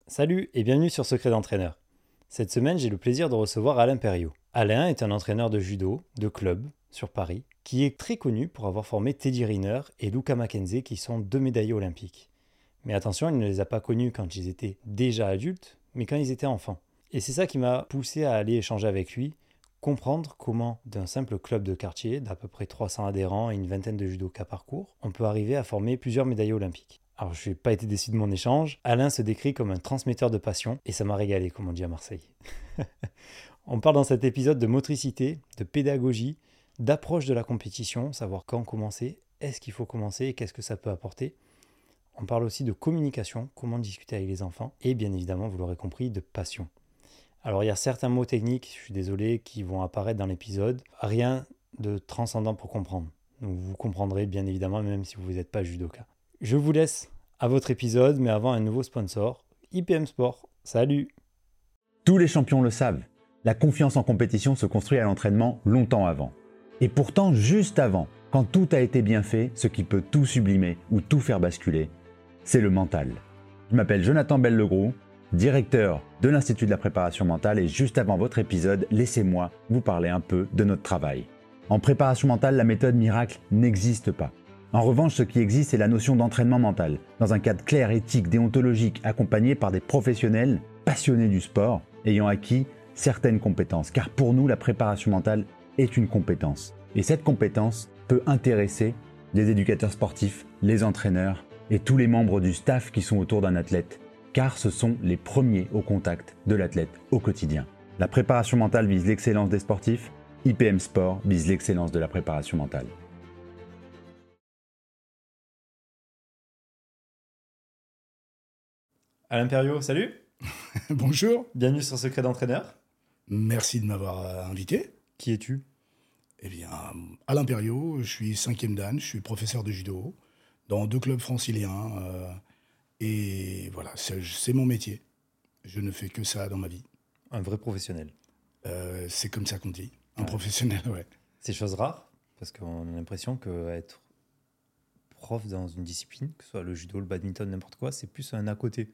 Salut et bienvenue sur Secret d'entraîneur. Cette semaine, j'ai le plaisir de recevoir Alain Perriot. Alain est un entraîneur de judo, de club, sur Paris, qui est très connu pour avoir formé Teddy Riner et Luca Mackenzie qui sont 2 médaillés olympiques. Mais attention, il ne les a pas connus quand ils étaient déjà adultes, mais quand ils étaient enfants. Et c'est ça qui m'a poussé à aller échanger avec lui, comprendre comment, d'un simple club de quartier, d'à peu près 300 adhérents et une vingtaine de judokas par cours, on peut arriver à former plusieurs médaillés olympiques. Alors, je n'ai pas été déçu de mon échange. Alain se décrit comme un transmetteur de passion et ça m'a régalé, comme on dit à Marseille. On parle dans cet épisode de motricité, de pédagogie, d'approche de la compétition, savoir quand commencer, est-ce qu'il faut commencer et qu'est-ce que ça peut apporter. On parle aussi de communication, comment discuter avec les enfants et bien évidemment, vous l'aurez compris, de passion. Alors, il y a certains mots techniques, je suis désolé, qui vont apparaître dans l'épisode. Rien de transcendant pour comprendre. Donc, vous comprendrez bien évidemment, même si vous n'êtes pas judoka. Je vous laisse à votre épisode, mais avant un nouveau sponsor, IPM Sport. Salut! Tous les champions le savent, la confiance en compétition se construit à l'entraînement longtemps avant. Et pourtant, juste avant, quand tout a été bien fait, ce qui peut tout sublimer ou tout faire basculer, c'est le mental. Je m'appelle Jonathan Bell-Legroux, directeur de l'Institut de la préparation mentale et juste avant votre épisode, laissez-moi vous parler un peu de notre travail. En préparation mentale, la méthode miracle n'existe pas. En revanche, ce qui existe, c'est la notion d'entraînement mental, dans un cadre clair, éthique, déontologique, accompagné par des professionnels passionnés du sport, ayant acquis certaines compétences. Car pour nous, la préparation mentale est une compétence. Et cette compétence peut intéresser les éducateurs sportifs, les entraîneurs et tous les membres du staff qui sont autour d'un athlète, car ce sont les premiers au contact de l'athlète au quotidien. La préparation mentale vise l'excellence des sportifs, IPM Sport vise l'excellence de la préparation mentale. Alain Perriot, salut! Bonjour, Bienvenue sur Secret d'entraîneur. merci de m'avoir invité. Qui es-tu? Eh bien, Alain Perriot, je suis 5e dan, je suis professeur de judo dans 2 clubs franciliens. Et voilà, c'est mon métier. Je ne fais que ça dans ma vie. Un vrai professionnel. C'est comme ça qu'on dit, un Ouais. professionnel, ouais. C'est chose rare, parce qu'on a l'impression qu'être prof dans une discipline, que ce soit le judo, le badminton, n'importe quoi, c'est plus un à côté.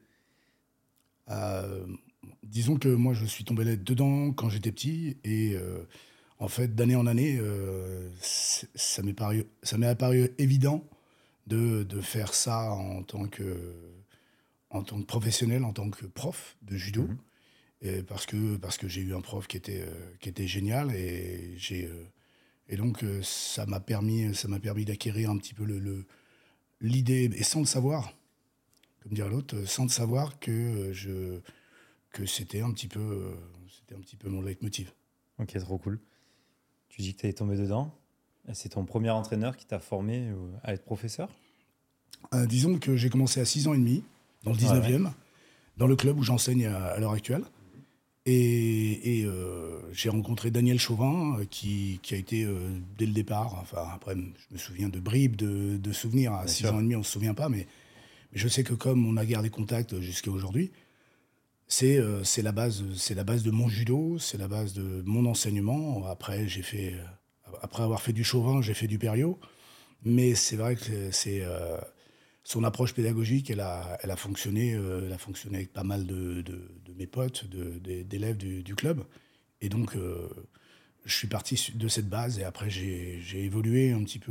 Disons que moi, je suis tombé dedans quand j'étais petit et en fait, d'année en année, ça m'est apparu évident de faire ça en tant que professionnel, en tant que prof de judo. Mhm. Et parce que j'ai eu un prof qui était génial et donc ça m'a permis d'acquérir un petit peu l'idée, et sans le savoir, comme dirait l'autre, sans le savoir que c'était un petit peu mon leitmotiv. Ok, trop cool. Tu dis que tu es tombé dedans. Et c'est ton premier entraîneur qui t'a formé à être professeur? Disons que j'ai commencé à 6 ans et demi, dans le 19e, dans le club où j'enseigne à l'heure actuelle. Et j'ai rencontré Daniel Chauvin, qui a été dès le départ, enfin après je me souviens de bribes de souvenirs, à Bien 6 sûr. ans et demi on ne se souvient pas, mais je sais que comme on a gardé contact jusqu'à aujourd'hui, c'est la base de mon judo, c'est la base de mon enseignement. Après après avoir fait du Chauvin, j'ai fait du Perriot, mais c'est vrai que son approche pédagogique, elle a fonctionné avec pas mal de mes potes, d'élèves du club. Et donc, je suis parti de cette base et après, j'ai évolué un petit peu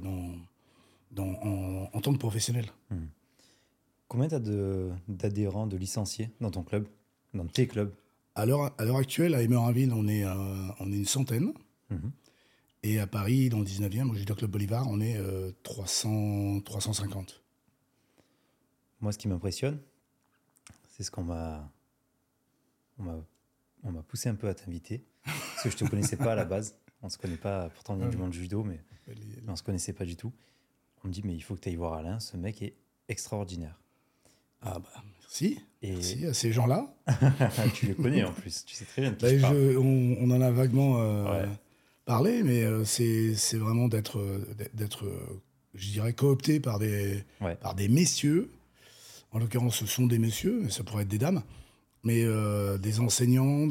en tant que professionnel. Combien tu as d'adhérents, de licenciés dans ton club, dans tes clubs? À l'heure actuelle, à Émerainville, on est une centaine. Mhm. Et à Paris, dans le 19e, au Judo Club Bolivar, on est 350. Moi, ce qui m'impressionne, c'est ce on m'a poussé un peu à t'inviter, parce que je te connaissais pas à la base. On se connaît pas, pourtant on vient du monde du judo, mais on se connaissait pas du tout. On me dit, mais il faut que tu ailles voir Alain, ce mec est extraordinaire. Ah bah, merci. Et Merci à ces gens-là. tu les connais en plus, tu sais très bien de qui Ben, je parle. on en a vaguement Ouais. parlé, mais c'est vraiment d'être, je dirais, coopté Ouais. par des messieurs. En l'occurrence, ce sont des messieurs, mais ça pourrait être des dames, mais des enseignants,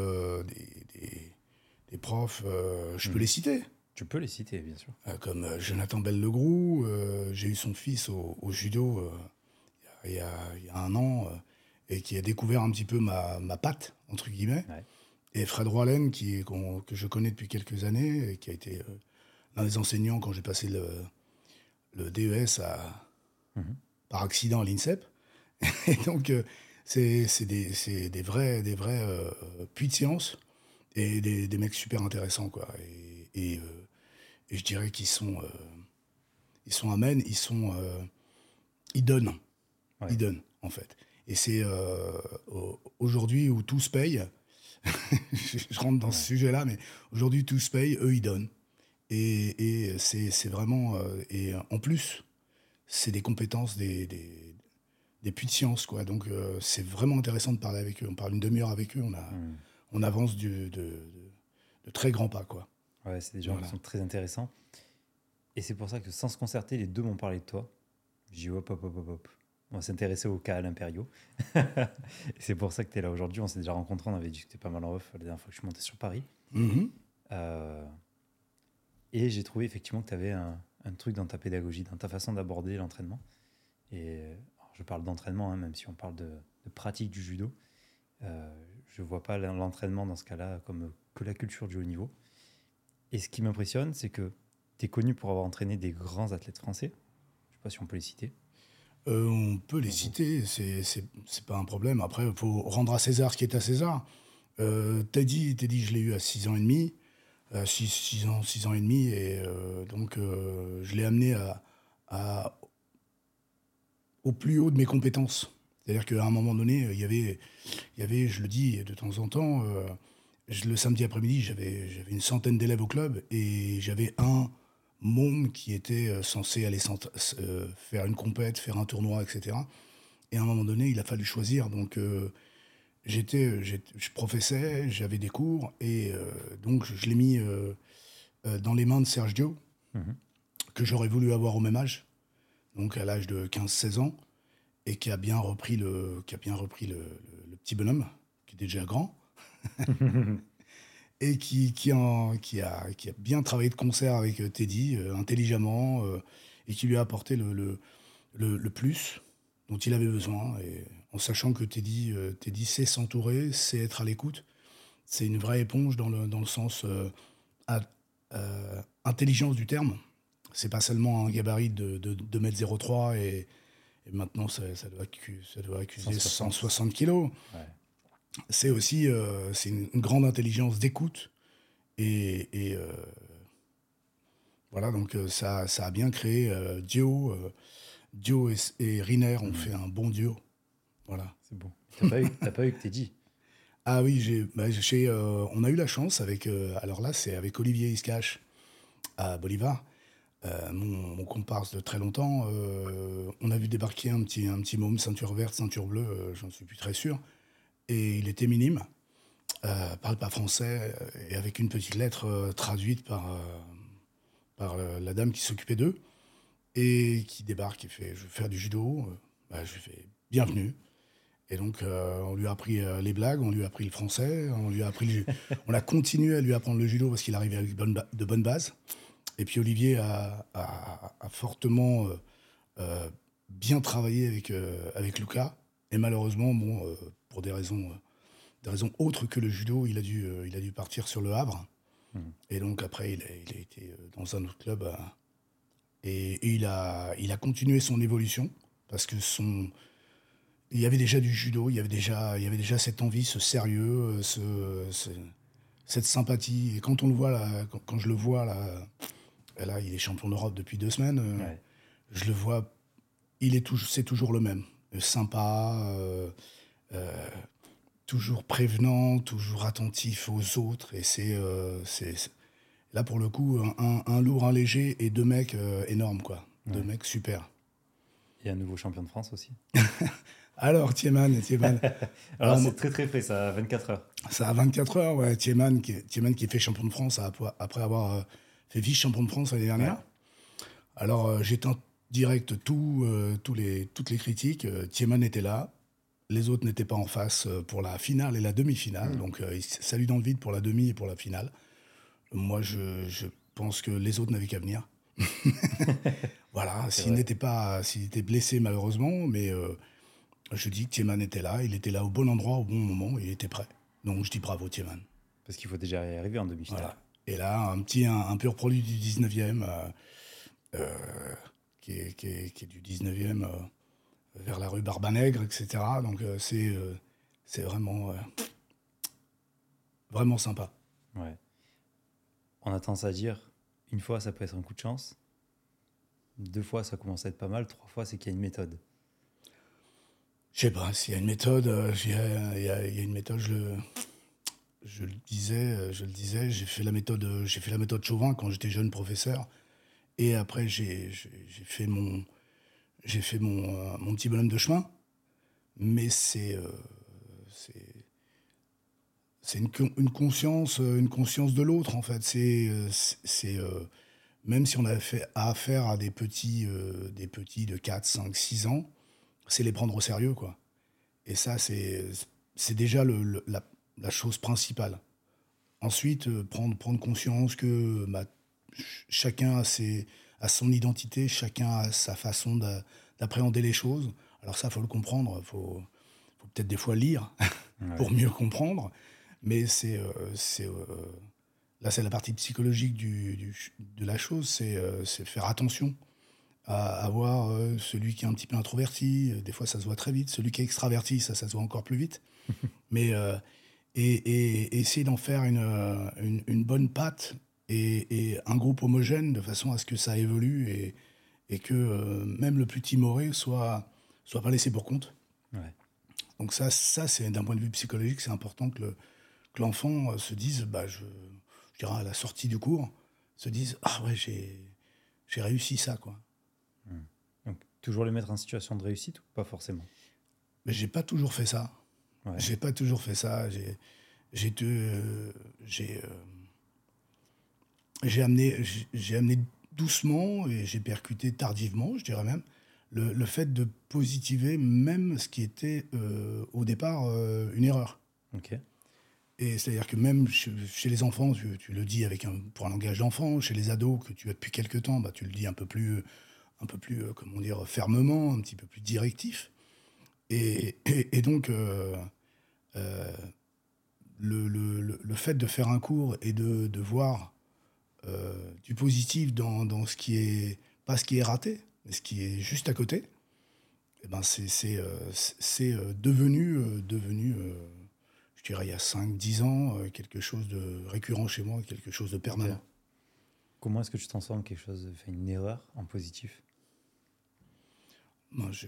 des profs, je peux les citer, Tu peux les citer, bien sûr. comme Jonathan Bell-Legroux. J'ai eu son fils au judo il y a 1 an, et qui a découvert un petit peu ma patte, entre guillemets. Ouais. Et Fred Roalen, que je connais depuis quelques années, et qui a été l'un des enseignants quand j'ai passé le DES par accident à l'INSEP. Et donc, c'est des vrais puits de science et des mecs super intéressants, quoi. Et je dirais qu'ils sont amènes, ils donnent. Ouais. Ils donnent, en fait. Et c'est aujourd'hui où tout se paye. Je rentre dans ce sujet-là, mais aujourd'hui tout se paye, eux ils donnent. Et c'est vraiment. Et en plus, c'est des compétences, des puits de science, quoi. Donc c'est vraiment intéressant de parler avec eux. On parle une demi-heure avec eux, on avance de très grands pas, quoi. Ouais, c'est des gens qui sont très intéressants. Et c'est pour ça que sans se concerter, les deux m'ont parlé de toi. J'ai dit hop. On va s'intéresser au cas Alain Perriot. Et c'est pour ça que tu es là aujourd'hui. On s'est déjà rencontrés, on avait discuté pas mal en off la dernière fois que je suis monté sur Paris. Et j'ai trouvé effectivement que tu avais un truc dans ta pédagogie, dans ta façon d'aborder l'entraînement. Et alors, je parle d'entraînement, même si on parle de pratique du judo. Je ne vois pas l'entraînement dans ce cas-là comme que la culture du haut niveau. Et ce qui m'impressionne, c'est que tu es connu pour avoir entraîné des grands athlètes français. Je ne sais pas si on peut les citer. On peut les citer, c'est pas un problème. Après, il faut rendre à César ce qui est à César. Teddy, je l'ai eu à 6 ans et demi. 6 ans et demi. Et donc, je l'ai amené au plus haut de mes compétences. C'est-à-dire qu'à un moment donné, il y avait, je le dis de temps en temps, le samedi après-midi, j'avais une centaine d'élèves au club et j'avais un môme qui était censé aller faire une compète, faire un tournoi, etc. Et à un moment donné, il a fallu choisir. Donc, je professais, j'avais des cours, et donc je l'ai mis dans les mains de Sergio, que j'aurais voulu avoir au même âge, donc à l'âge de 15-16 ans, et qui a bien repris le petit bonhomme, qui était déjà grand, et qui a bien travaillé de concert avec Teddy, intelligemment, et qui lui a apporté le plus dont il avait besoin, et en sachant que Teddy sait s'entourer, sait être à l'écoute. C'est une vraie éponge dans le sens intelligence du terme. C'est pas seulement un gabarit de 2,03 m et maintenant ça doit accuser 160 kilos. Ouais. C'est aussi c'est une grande intelligence d'écoute et voilà, donc ça a bien créé Dio et Riner ont fait un bon duo. Voilà. C'est bon. T'as pas eu que Teddy. Ah oui, on a eu la chance avec. Alors là, c'est avec Olivier Iscache à Bolivar, mon comparse de très longtemps. On a vu débarquer un petit môme, ceinture verte, ceinture bleue, j'en suis plus très sûr. Et il était minime, parle pas français, et avec une petite lettre traduite par la dame qui s'occupait d'eux, et qui débarque et fait: je veux faire du judo. Je lui fais bienvenue. Et donc, on lui a appris les blagues, on lui a appris le français, on a continué à lui apprendre le judo parce qu'il arrivait avec de bonnes bases. Et puis Olivier a fortement bien travaillé avec Lucas. Et malheureusement, pour des raisons autres que le judo, il a dû partir sur le Havre. Et donc après, il a été dans un autre club. Et il a continué son évolution parce que il y avait déjà du judo, il y avait déjà cette envie, ce sérieux, cette sympathie. Et quand on le voit là, quand je le vois là, il est champion d'Europe depuis 2 semaines. Ouais. Je le vois, c'est toujours le même, sympa, toujours prévenant, toujours attentif aux autres. Et c'est là pour le coup un lourd, un léger et 2 mecs énormes, quoi. Ouais. 2 mecs super. Et un nouveau champion de France aussi. Alors, Thiemann. Alors, c'est très très frais, ça a 24 heures. Ça a 24 heures, ouais. Thiemann qui est fait champion de France après avoir fait vice-champion de France l'année dernière. Ouais. Alors, j'éteins direct toutes les critiques. Thiemann était là. Les autres n'étaient pas en face pour la finale et la demi-finale. Donc, il salue dans le vide pour la demi et pour la finale. Moi, je pense que les autres n'avaient qu'à venir. Voilà, s'il était blessé malheureusement, mais Je dis que Tiemann était là, il était là au bon endroit, au bon moment, il était prêt. Donc je dis bravo Tiemann. Parce qu'il faut déjà y arriver en demi-finale. Voilà. Et là, un pur produit du 19e, qui est du 19e vers la rue Barbanègre, etc. Donc c'est vraiment, vraiment sympa. Ouais. On a tendance à dire, une fois, ça peut être un coup de chance. 2 fois, ça commence à être pas mal. 3 fois, c'est qu'il y a une méthode. Je sais pas, s'il y a une méthode, il y a une méthode, je le disais, j'ai fait la méthode Chauvin quand j'étais jeune professeur. Et après, j'ai fait mon petit bonhomme de chemin. Mais c'est une conscience de l'autre, en fait. Même si on a affaire à des petits de 4, 5, 6 ans, c'est les prendre au sérieux, quoi. Et ça, c'est déjà la chose principale. Ensuite, prendre conscience que chacun a son identité, chacun a sa façon d'appréhender les choses. Alors ça, il faut le comprendre, faut peut-être des fois lire pour mieux comprendre. Mais là, c'est la partie psychologique de la chose, c'est faire attention à avoir celui qui est un petit peu introverti. Des fois, ça se voit très vite. Celui qui est extraverti, ça se voit encore plus vite. Mais et essayer d'en faire une bonne patte et un groupe homogène de façon à ce que ça évolue et que même le plus timoré soit pas laissé pour compte. Ouais. Donc ça c'est d'un point de vue psychologique, c'est important que l'enfant se dise, je dirais à la sortie du cours, se dise ah ouais j'ai réussi ça, quoi. Donc, toujours les mettre en situation de réussite ou pas forcément? Mais j'ai pas toujours fait ça. Ouais. J'ai pas toujours fait ça. J'ai amené doucement et j'ai percuté tardivement, je dirais même, le fait de positiver même ce qui était au départ une erreur. Ok. Et c'est-à-dire que même chez les enfants, tu le dis pour un langage d'enfant, chez les ados que tu as depuis quelques temps, tu le dis un peu plus comment dire, fermement, un petit peu plus directif. Et donc, le fait de faire un cours et de voir du positif dans ce qui est, pas ce qui est raté, mais ce qui est juste à côté, eh ben c'est devenu, je dirais, il y a 5-10 ans, quelque chose de récurrent chez moi, quelque chose de permanent. Okay. Comment est-ce que tu transformes quelque chose, une erreur, en positif? Ben,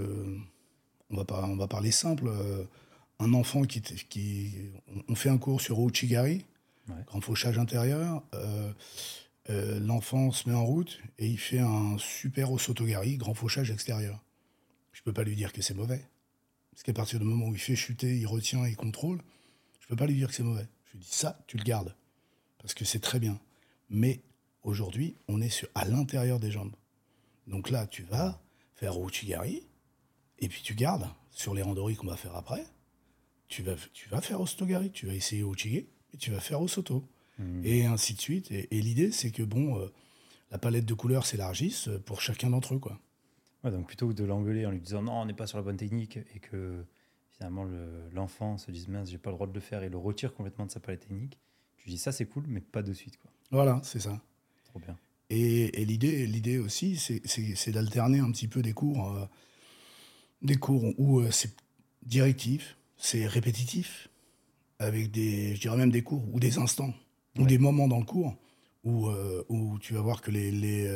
on va parler simple. Un enfant on fait un cours sur Ouchigari, grand fauchage intérieur. L'enfant se met en route et il fait un super Osotogari, grand fauchage extérieur. Je peux pas lui dire que c'est mauvais. Parce qu'à partir du moment où il fait chuter, il retient, il contrôle, je peux pas lui dire que c'est mauvais. Je lui dis ça, tu le gardes. Parce que c'est très bien. Mais aujourd'hui, on est à l'intérieur des jambes. Donc là, tu vas faire Ouchigari, et puis tu gardes sur les randonnées qu'on va faire après. Tu vas faire Osotogari, tu vas essayer Ouchige, et tu vas faire Osoto. Et ainsi de suite. Et l'idée, c'est que la palette de couleurs s'élargisse pour chacun d'entre eux, quoi. Ouais, donc plutôt que de l'engueuler en lui disant non, on n'est pas sur la bonne technique et que finalement l'enfant se dise mince, j'ai pas le droit de le faire et le retire complètement de sa palette technique, tu dis ça c'est cool, mais pas de suite, quoi. Voilà, c'est ça. Trop bien. Et l'idée aussi, c'est d'alterner un petit peu des cours où c'est directif, c'est répétitif, avec je dirais même des cours ou des instants, ou des moments dans le cours où tu vas voir que les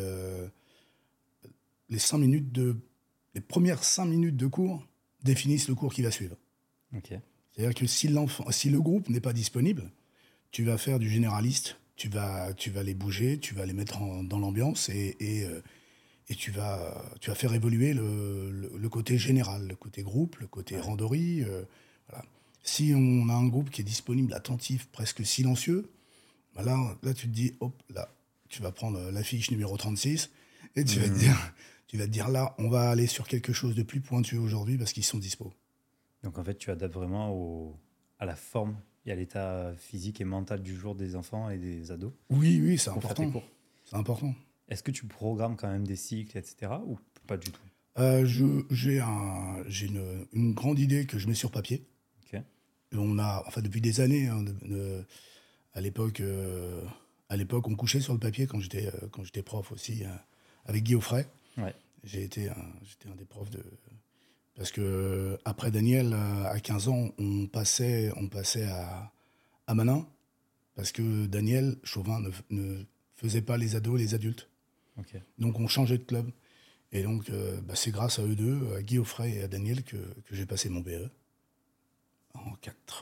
premières 5 minutes de cours définissent le cours qui va suivre. Okay. C'est-à-dire que si le groupe n'est pas disponible, tu vas faire du généraliste, tu vas les bouger, tu vas les mettre dans l'ambiance et tu vas faire évoluer le côté général, le côté groupe, le côté randonnerie. Voilà. Si on a un groupe qui est disponible, attentif, presque silencieux, là tu te dis, hop, là, tu vas prendre l'affiche numéro 36 et tu vas te dire, là, on va aller sur quelque chose de plus pointu aujourd'hui parce qu'ils sont dispo. Donc en fait, tu adaptes vraiment à la forme et à l'état physique et mental du jour des enfants et des ados. Oui, c'est important. C'est important. Est-ce que tu programmes quand même des cycles, etc. ou pas du tout? J'ai une grande idée que je mets sur papier. Ok. Et on a, enfin depuis des années, hein, à l'époque, on couchait sur le papier quand j'étais prof aussi, avec Guy Offray. Ouais. J'étais un des profs de. Parce que après Daniel, à 15 ans, on passait à Manin, parce que Daniel Chauvin ne faisait pas les ados et les adultes. Ok. Donc on changeait de club. Et donc c'est grâce à eux deux, à Guy Offray et à Daniel, que j'ai passé mon BE en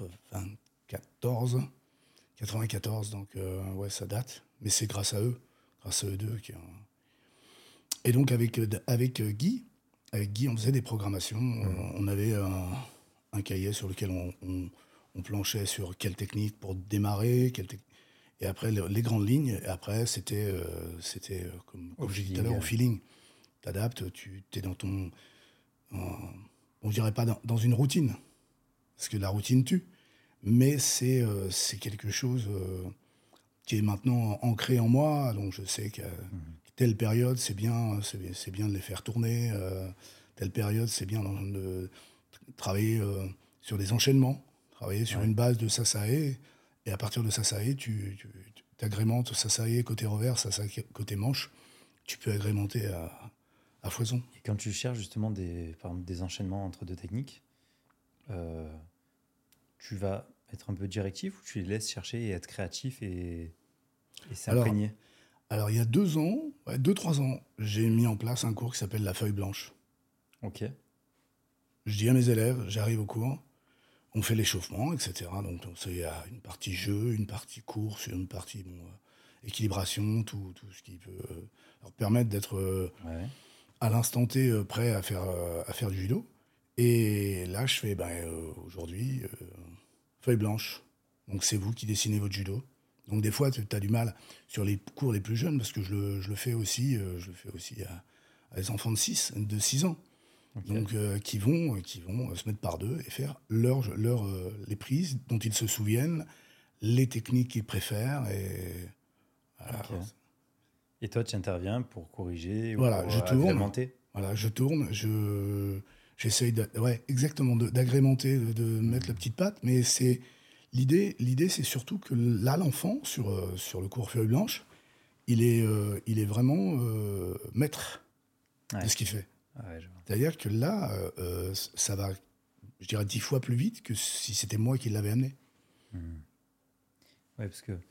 94. Donc ouais, ça date. Mais c'est grâce à eux deux. Et donc avec Guy, on faisait des programmations. On avait un cahier sur lequel on planchait sur quelle technique pour démarrer, et après les grandes lignes. Et après, c'était comme j'ai dit tout à l'heure, au feeling. T'adaptes, tu es dans ton. On dirait pas dans une routine, parce que la routine tue. Mais c'est quelque chose qui est maintenant ancré en moi. Donc je sais que telle période, c'est bien de les faire tourner. Telle période, c'est bien de travailler sur des enchaînements, travailler sur une base de Sasae. Et à partir de Sasae, tu agrémentes Sasae côté revers, Sasae côté manche. Tu peux agrémenter à foison. Et quand tu cherches justement par exemple, des enchaînements entre deux techniques, tu vas être un peu directif ou tu les laisses chercher et être créatif et s'imprégner? Alors, il y a 2-3 ans, j'ai mis en place un cours qui s'appelle la feuille blanche. Ok. Je dis à mes élèves, j'arrive au cours, on fait l'échauffement, etc. Donc, il y a une partie jeu, une partie course, une partie équilibration, tout ce qui peut leur permettre d'être à l'instant T prêt à faire du judo. Et là, je fais, aujourd'hui, feuille blanche. Donc, c'est vous qui dessinez votre judo. Donc, des fois, tu as du mal sur les cours les plus jeunes, parce que je le fais aussi, à des enfants de 6 ans. Okay. Donc, qui vont se mettre par deux et faire les prises dont ils se souviennent, les techniques qu'ils préfèrent. Et, voilà. Okay. Et toi, tu interviens pour corriger ou voilà, pour je tourne. agrémenter? Voilà, je tourne, j'essaye d'agrémenter, de mettre la petite patte, mais l'idée, c'est surtout que là, l'enfant, sur le cours feuille blanche, il est vraiment maître de ce qu'il fait. Ouais, c'est-à-dire que là, ça va, je dirais, 10 fois plus vite que si c'était moi qui l'avais amené. Oui, parce que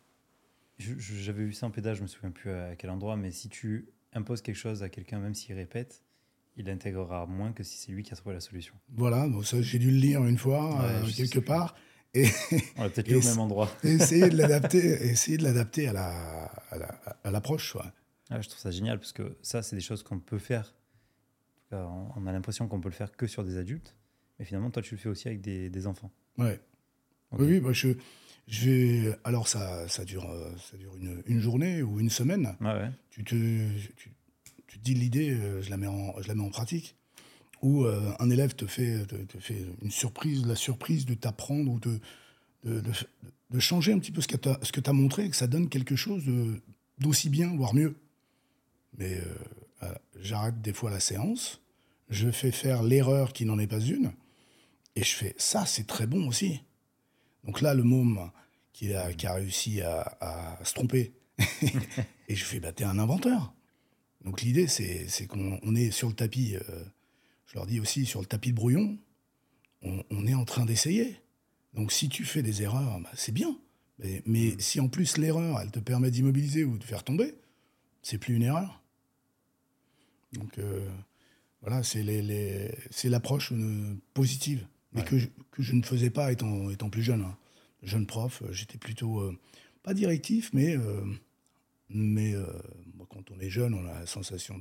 j'avais vu ça en pédage, je me souviens plus à quel endroit, mais si tu imposes quelque chose à quelqu'un, même s'il répète, il intégrera moins que si c'est lui qui a trouvé la solution. Voilà, donc ça, j'ai dû le lire une fois, quelque part. Et on l'a peut-être lu au même endroit. essayer de l'adapter à l'approche. Ouais. Je trouve ça génial, parce que ça, c'est des choses qu'on peut faire. En tout cas, on a l'impression qu'on peut le faire que sur des adultes, mais finalement, toi, tu le fais aussi avec des enfants. Ouais. Okay. Oui, moi, alors ça dure une journée ou une semaine. Ouais. Tu te dis l'idée, je la mets en pratique. Ou un élève te fait une surprise, la surprise de t'apprendre ou de changer un petit peu ce que tu as montré, et que ça donne quelque chose d'aussi bien, voire mieux. Mais j'arrête des fois la séance, je fais faire l'erreur qui n'en est pas une, et je fais ça, c'est très bon aussi. Donc là, le môme qui a réussi à se tromper, et je fais, t'es un inventeur. Donc l'idée, c'est qu'on est sur le tapis, je leur dis aussi, sur le tapis de brouillon, on est en train d'essayer. Donc si tu fais des erreurs, c'est bien. Mais si en plus l'erreur, elle te permet d'immobiliser ou de faire tomber, c'est plus une erreur. Donc voilà, c'est l'approche positive, mais que je ne faisais pas étant plus jeune. Hein. Jeune prof, j'étais plutôt, pas directif, mais quand on est jeune, on a la sensation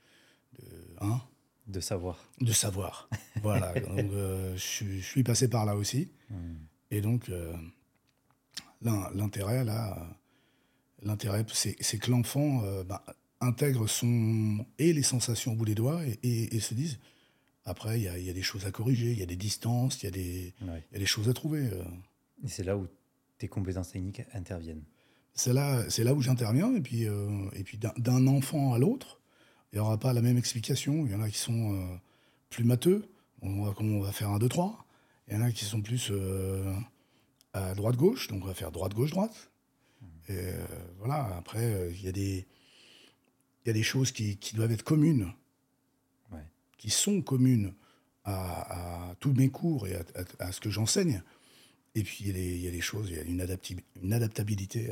de savoir. De savoir. Voilà. Donc, je suis passé par là aussi. Et donc, l'intérêt, c'est que l'enfant intègre les sensations au bout des doigts et se dise, après, il y a des choses à corriger, il y a des distances, il y a des choses à trouver. Et c'est là où tes compétences techniques interviennent. C'est là où j'interviens. Et puis d'un enfant à l'autre, il n'y aura pas la même explication. Il y en a qui sont plus matheux. On va faire un 2-3. Il y en a qui sont plus à droite-gauche. Donc, on va faire droite-gauche-droite. Et voilà, après, il y a des choses qui doivent être communes, qui sont communes à tous mes cours et à ce que j'enseigne. Et puis, il y a des choses, il y a une adaptabilité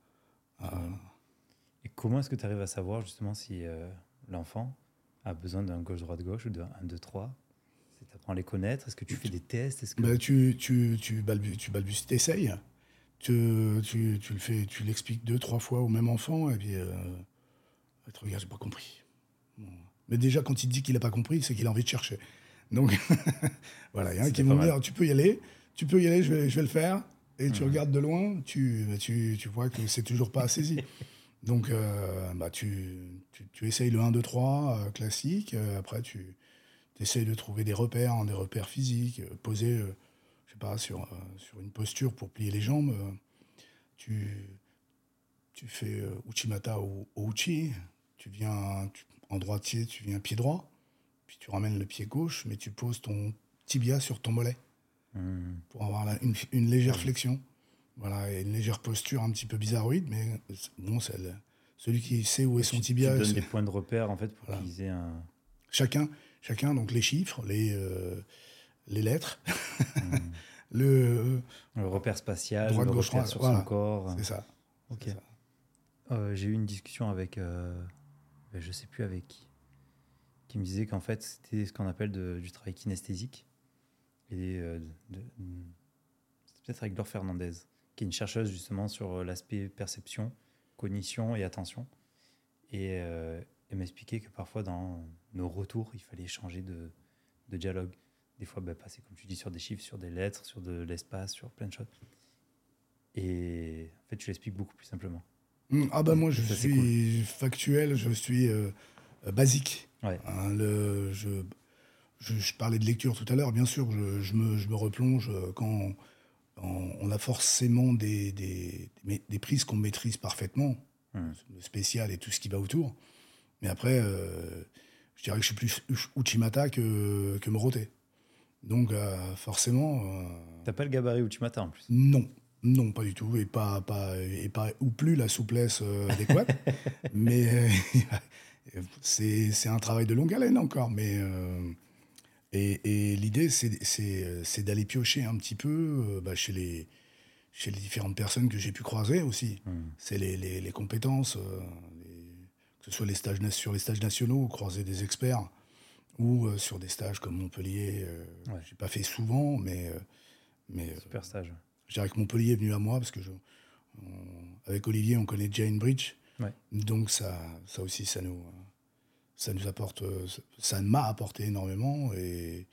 Et comment est-ce que tu arrives à savoir justement si l'enfant a besoin d'un gauche-droite-gauche ou d'un 1-2-3 ? Tu apprends à les connaître ? Est-ce que tu fais des tests ? Est-ce que... tu balbuties, t'essayes. Tu le fais, tu l'expliques 2-3 fois au même enfant, et puis il te regarde, j'ai pas compris. Bon. Mais déjà, quand il te dit qu'il a pas compris, c'est qu'il a envie de chercher. Donc, voilà, il y en a qui vont me dire, tu peux y aller, je vais le faire. Et tu regardes de loin, tu vois que c'est toujours pas saisi. Donc, tu essayes le 1-2-3 classique. Après, tu essayes de trouver des repères physiques, poser, je sais pas, sur une posture pour plier les jambes. Tu fais Uchimata ou Uchi. En droitier, tu viens pied droit. Puis tu ramènes le pied gauche, mais tu poses ton tibia sur ton mollet pour avoir une légère flexion. Voilà, et une légère posture un petit peu bizarroïde, mais bon, celui qui sait où est son tibia... Tu donnes des points de repère, en fait, pour qu'ils aient un... Chacun, donc les chiffres, les lettres, le repère spatial, droite, le gauche, repère droite, sur voilà, son corps. C'est ça. Ok. C'est ça. J'ai eu une discussion avec... je sais plus avec qui me disait qu'en fait, c'était ce qu'on appelle du travail kinesthésique. Et c'est peut-être avec Laure Fernandez, qui est une chercheuse justement sur l'aspect perception, cognition et attention. Et elle m'expliquait que parfois dans nos retours, il fallait changer de dialogue. Des fois, passer, comme tu dis, sur des chiffres, sur des lettres, sur de l'espace, sur plein de choses. Et en fait, tu l'expliques beaucoup plus simplement. Moi, je suis factuel, je suis basique. Ouais. Hein, je parlais de lecture tout à l'heure, bien sûr, je me replonge quand on a forcément des prises qu'on maîtrise parfaitement, le spécial et tout ce qui va autour. Mais après, je dirais que je suis plus Uchimata que Moroté. Donc, forcément... T'as pas le gabarit Uchimata en plus ? Non, pas du tout, et pas ou plus la souplesse adéquate. Mais c'est un travail de longue haleine encore. Mais et l'idée, c'est d'aller piocher un petit peu chez les différentes personnes que j'ai pu croiser aussi. C'est les compétences, que ce soit sur les stages nationaux, croiser des experts, ou sur des stages comme Montpellier. J'ai pas fait souvent, mais super stage. Je dirais que Montpellier est venu à moi parce que avec Olivier, on connaît Jane Bridge. Ouais. Donc ça aussi, ça nous apporte, ça m'a apporté énormément et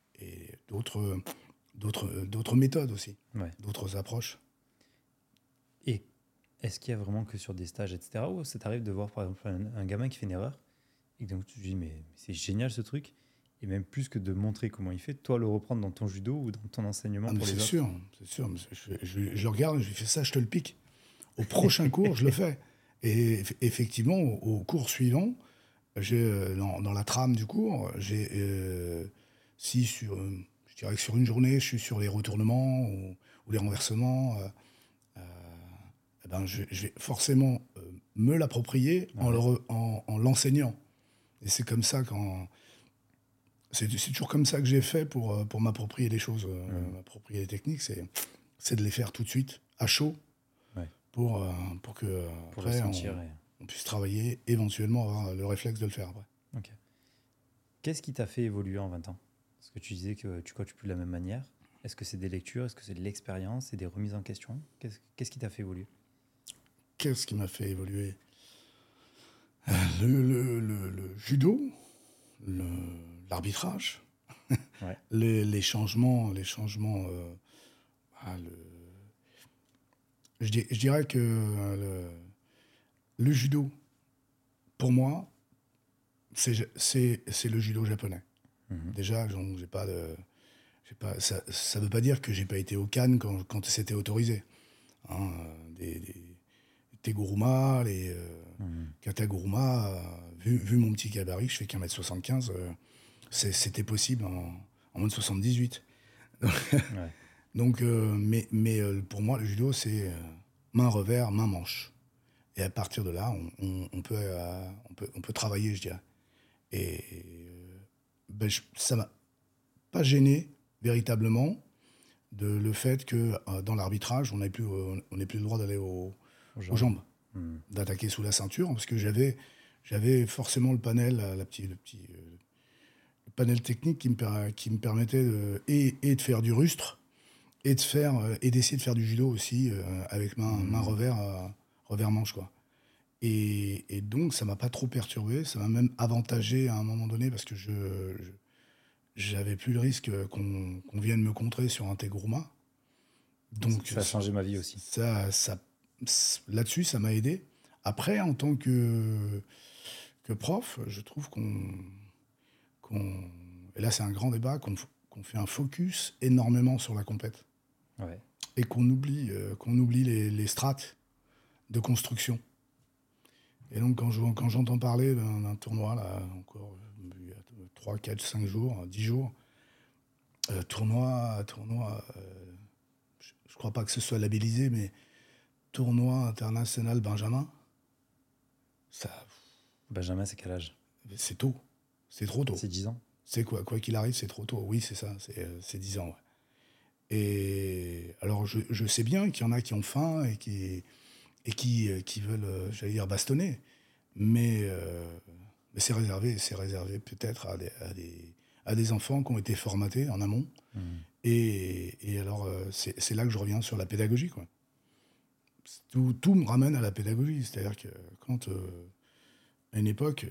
d'autres méthodes aussi, d'autres approches. Et est-ce qu'il y a vraiment que sur des stages, etc., ou ça t'arrive de voir par exemple un gamin qui fait une erreur et donc tu te dis mais c'est génial ce truc, et même plus que de montrer comment il fait, toi le reprendre dans ton judo ou dans ton enseignement pour les autres. C'est sûr. Je regarde, je fais ça, je te le pique. Au prochain cours, je le fais. Et effectivement, au cours suivant, dans la trame du cours, je dirais que sur une journée, je suis sur les retournements ou les renversements, je vais forcément me l'approprier en l'enseignant. Et c'est comme ça c'est toujours comme ça que j'ai fait pour m'approprier les choses, m'approprier les techniques, c'est de les faire tout de suite, à chaud, pour que après, on puisse travailler, éventuellement avoir le réflexe de le faire après. Okay. Qu'est-ce qui t'a fait évoluer en 20 ans ? Parce que tu disais que tu coaches plus de la même manière. Est-ce que c'est des lectures ? Est-ce que c'est de l'expérience ? C'est des remises en question ? Qu'est-ce qui t'a fait évoluer ? Qu'est-ce qui m'a fait évoluer ? Le judo, l'arbitrage, les changements. Je dirais que le judo, pour moi, c'est le judo japonais. Déjà, ça ne veut pas dire que j'ai pas été au Cannes quand c'était autorisé. Teguruma, les Kataguruma, vu mon petit gabarit, je fais qu'1m75, c'était possible en moins de 78. Ouais. Donc, mais pour moi, le judo, c'est main revers, main manche. Et à partir de là, on peut travailler, je dirais. Et ça m'a pas gêné véritablement le fait que dans l'arbitrage, on n'ait plus le droit d'aller aux jambes, d'attaquer sous la ceinture, parce que j'avais forcément le panel, le panel technique qui me permettait de faire du rustre et d'essayer de faire du judo aussi avec main revers manche, quoi. Et donc ça m'a pas trop perturbé, ça m'a même avantagé à un moment donné parce que j'avais plus le risque qu'on vienne me contrer sur un Teguruma. Donc ça a changé ma vie aussi. Là-dessus, ça m'a aidé. Après, en tant que prof, je trouve et là c'est un grand débat, qu'on fait un focus énormément sur la compète. Ouais. Et qu'on oublie les strates de construction. Et donc quand j'entends parler d'un tournoi, là, encore il y a 3, 4, 5 jours, 10 jours, tournoi, je crois pas que ce soit labellisé, mais tournoi international Benjamin, ça... Benjamin, c'est quel âge? C'est tôt, c'est trop tôt. C'est 10 ans. C'est quoi qu'il arrive, c'est trop tôt. Oui, c'est ça, c'est 10 ans, ouais. Et alors, je sais bien qu'il y en a qui ont faim et qui veulent, j'allais dire, bastonner. Mais c'est réservé peut-être à des enfants qui ont été formatés en amont. Et alors, c'est là que je reviens sur la pédagogie, quoi. Tout me ramène à la pédagogie. C'est-à-dire que quand, à une époque,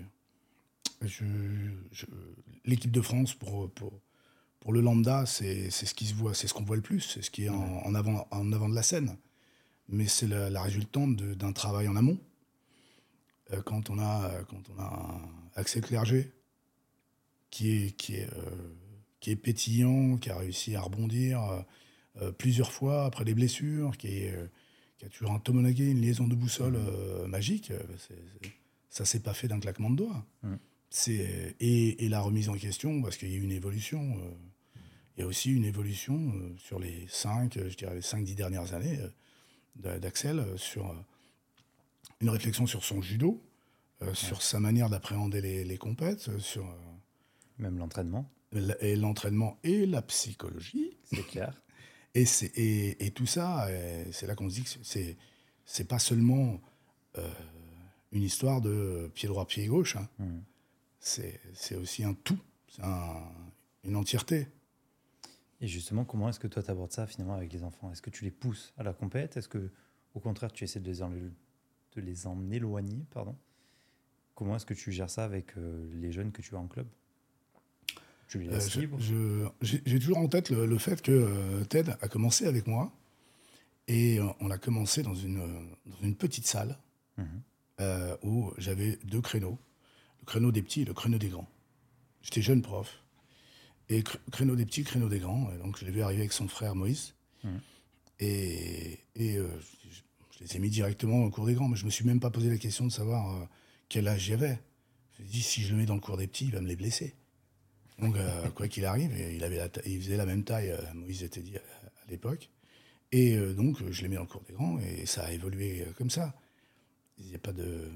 l'équipe de France, pour le lambda, c'est ce qui se voit, c'est ce qu'on voit le plus, c'est ce qui est en avant de la scène. Mais c'est la résultante d'un travail en amont. Quand on a un Axel Clerget qui est pétillant, qui a réussi à rebondir plusieurs fois après des blessures, qui a toujours un tomonague, une liaison de boussole magique, ça s'est pas fait d'un claquement de doigts. Et la remise en question, parce qu'il y a eu une évolution. Il y a aussi une évolution sur les 5-10 dernières années d'Axel, sur une réflexion sur son judo, sur sa manière d'appréhender les compètes, sur... Même l'entraînement. Et l'entraînement et la psychologie. C'est clair. Et tout ça, c'est là qu'on se dit que c'est pas seulement une histoire de pied droit, pied gauche. Hein. C'est aussi un tout, c'est une entièreté. Et justement, comment est-ce que toi t'abordes ça finalement avec les enfants? Est-ce que tu les pousses à la compète? Est-ce que, au contraire, tu essaies de les en éloigner, pardon? Comment est-ce que tu gères ça avec les jeunes que tu as en club? Tu les laisses libres? J'ai toujours en tête le fait que Ted a commencé avec moi et on a commencé dans une petite salle où j'avais 2 créneaux, le créneau des petits et le créneau des grands. J'étais jeune prof. Et créneau des petits, créneau des grands. Et donc, je l'ai vu arriver avec son frère Moïse. Et je les ai mis directement au cours des grands. Mais je ne me suis même pas posé la question de savoir quel âge j'avais. Je me suis dit, si je le mets dans le cours des petits, il va me les blesser. Donc, quoi qu'il arrive, il faisait la même taille, Moïse était dit à l'époque. Et donc, je l'ai mis dans le cours des grands. Et ça a évolué comme ça. Il n'y a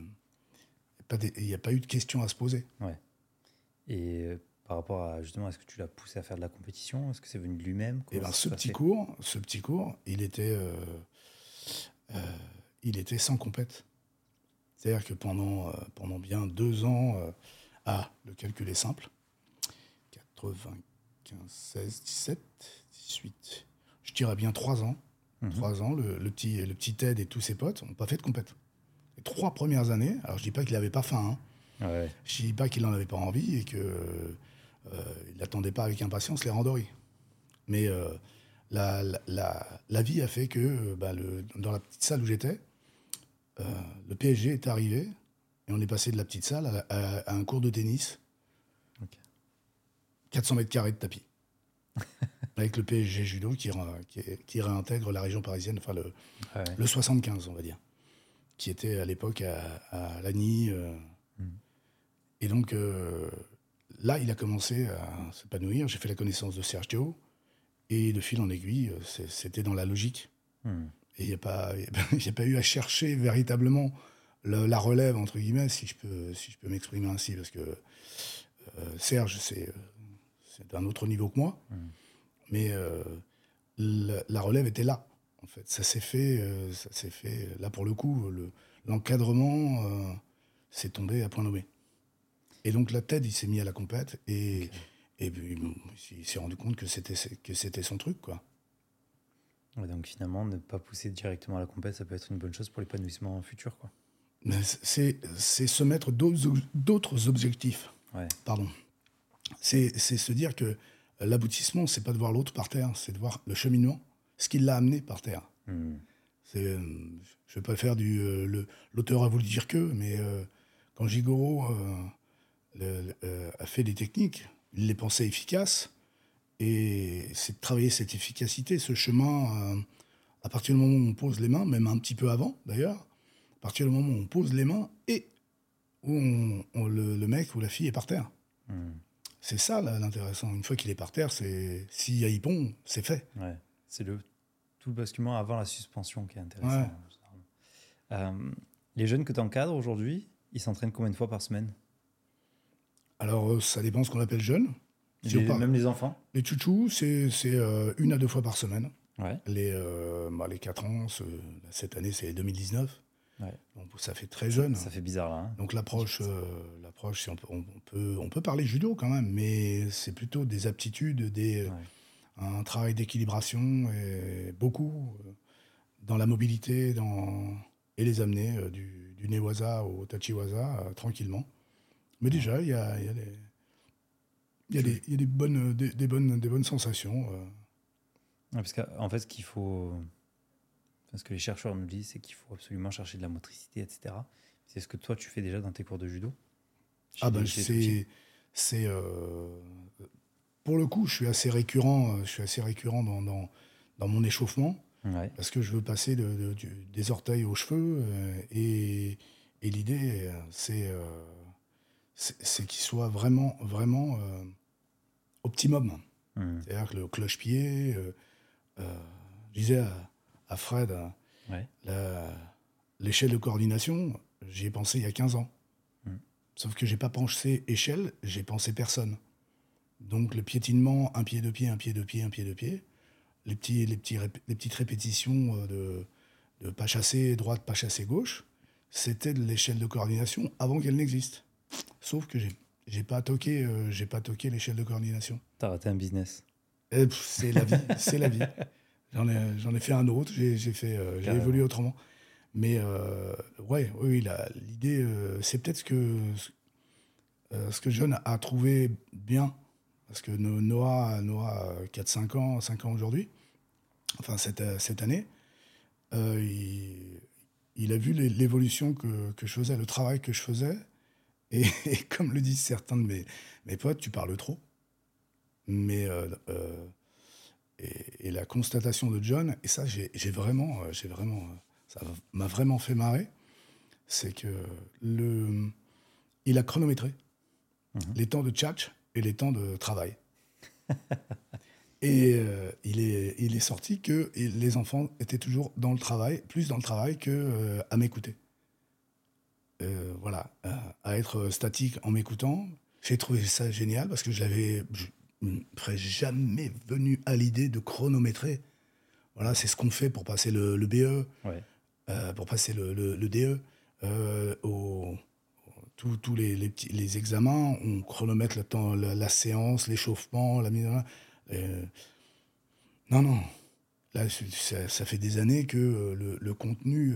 pas eu de question à se poser. Ouais. Et... par rapport à, justement, est-ce que tu l'as poussé à faire de la compétition? Est-ce que c'est venu de lui-même? Et ben, ce petit cours, il était sans compète. C'est-à-dire que pendant bien 2 ans, le calcul est simple, 95, 16, 17, 18, je dirais bien 3 ans. 3 ans, le petit Ted et tous ses potes n'ont pas fait de compète. Les 3 premières années, alors je dis pas qu'il n'avait pas faim, hein. Ouais. Je dis pas qu'il n'en avait pas envie et que... il n'attendait pas avec impatience les randoris. Mais la vie a fait que dans la petite salle où j'étais, le PSG est arrivé et on est passé de la petite salle à un cours de tennis. Okay. 400 mètres carrés de tapis. Avec le PSG Judo qui réintègre la région parisienne, enfin le 75, on va dire. qui était à l'époque à Lagny. Et donc, là, il a commencé à s'épanouir. J'ai fait la connaissance de Sergio. Et de fil en aiguille, c'était dans la logique. Et il n'y a pas eu à chercher véritablement la relève, entre guillemets, si je peux m'exprimer ainsi. Parce que Serge, c'est d'un autre niveau que moi. Mais la relève était là, en fait. Ça s'est fait, là pour le coup, l'encadrement s'est tombé à point nommé. Et donc la tête, il s'est mis à la compète et puis bon, il s'est rendu compte que c'était son truc, quoi. Ouais, donc finalement, ne pas pousser directement à la compète, ça peut être une bonne chose pour l'épanouissement futur, quoi. Mais c'est se mettre d'autres objectifs. Ouais. Pardon. C'est se dire que l'aboutissement, c'est pas de voir l'autre par terre, c'est de voir le cheminement, ce qui l'a amené par terre. Je vais pas faire l'auteur a voulu dire que, mais quand Gigoro a fait des techniques, il les pensait efficaces, et c'est de travailler cette efficacité, ce chemin, à partir du moment où on pose les mains, même un petit peu avant d'ailleurs, à partir du moment où on pose les mains et où le mec ou la fille est par terre. C'est ça là, l'intéressant. Une fois qu'il est par terre, s'il y a hippon, c'est fait. Ouais. C'est tout le basculement avant la suspension qui est intéressant. Ouais. Les jeunes que tu encadres aujourd'hui, ils s'entraînent combien de fois par semaine? Alors, ça dépend ce qu'on appelle jeune. Même les enfants? Les chouchous, c'est 1 à 2 fois par semaine. Ouais. Les 4 ans, cette année, c'est 2019. Ouais. Donc, ça fait très jeune. Ça fait bizarre, là. Hein. Donc, l'approche, si on peut parler judo quand même, mais c'est plutôt des aptitudes, un travail d'équilibration, et beaucoup dans la mobilité, et les amener du newaza au tachiwaza tranquillement. Mais déjà, il y a des bonnes sensations. Ouais, parce qu'en fait, ce que les chercheurs nous disent, c'est qu'il faut absolument chercher de la motricité, etc. C'est ce que toi, tu fais déjà dans tes cours de judo? Pour le coup, je suis assez récurrent dans mon échauffement, parce que je veux passer des orteils aux cheveux, et l'idée, c'est qu'il soit vraiment, vraiment optimum. C'est-à-dire que le cloche-pied, je disais à Fred, l'échelle de coordination, j'y ai pensé il y a 15 ans. Sauf que j'ai pas pensé échelle, j'ai pensé personne. Donc le piétinement, un pied, deux pieds, un pied, deux pieds, un pied, deux pieds, les petites répétitions de pas chasser droite, pas chasser gauche, c'était de l'échelle de coordination avant qu'elle n'existe. Sauf que j'ai pas toqué l'échelle de coordination. T'as raté un business. C'est la vie, c'est la vie. J'en ai fait un autre, j'ai évolué autrement. Mais oui, l'idée, c'est peut-être ce que John a trouvé bien, parce que Noah 4-5 ans, 5 ans aujourd'hui, enfin cette année, il a vu l'évolution que je faisais, le travail que je faisais, et comme le disent certains de mes potes, tu parles trop. Mais et la constatation de John, et ça ça m'a vraiment fait marrer, c'est que il a chronométré les temps de tchatch et les temps de travail. Et il est sorti que les enfants étaient toujours plus dans le travail que à m'écouter. Voilà, à être statique en m'écoutant. J'ai trouvé ça génial parce que je ne serais jamais venu à l'idée de chronométrer. Voilà, c'est ce qu'on fait pour passer le BE, pour passer le DE. Tous les examens, on chronomètre le temps, la séance, l'échauffement, la mise en... Non. Là, ça fait des années que le contenu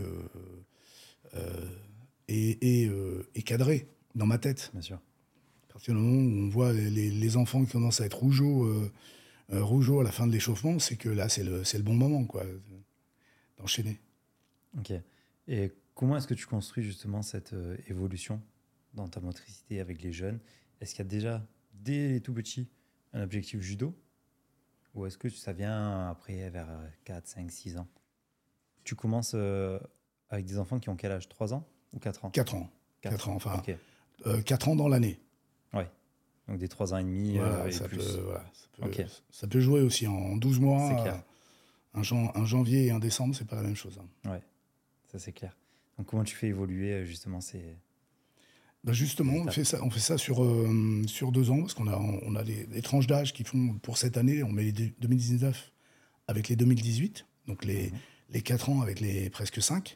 est cadré dans ma tête. Bien sûr. À partir du moment où on voit les enfants qui commencent à être rougeaux à la fin de l'échauffement, c'est que là, c'est le bon moment, quoi, d'enchaîner. Ok. Et comment est-ce que tu construis justement cette évolution dans ta motricité avec les jeunes? Est-ce qu'il y a déjà, dès les tout petits, un objectif judo? Ou est-ce que ça vient après, vers 4, 5, 6 ans? Tu commences à avec des enfants qui ont quel âge? 3 ans ou 4 ans? 4 ans. 4 4 ans, enfin, Ok. 4 ans dans l'année. Ouais. Donc des 3 ans et demi Voilà, et ça, plus. Ok. ça peut jouer aussi en 12 mois. C'est clair. Un janvier et un décembre, c'est pas la même chose. Ouais, ça c'est clair. Donc comment tu fais évoluer justement ces... Ben justement, on fait ça sur 2 ans, parce qu'on a les tranches d'âge qui font, pour cette année, on met les 2019 avec les 2018, donc les 4 ans avec les presque 5.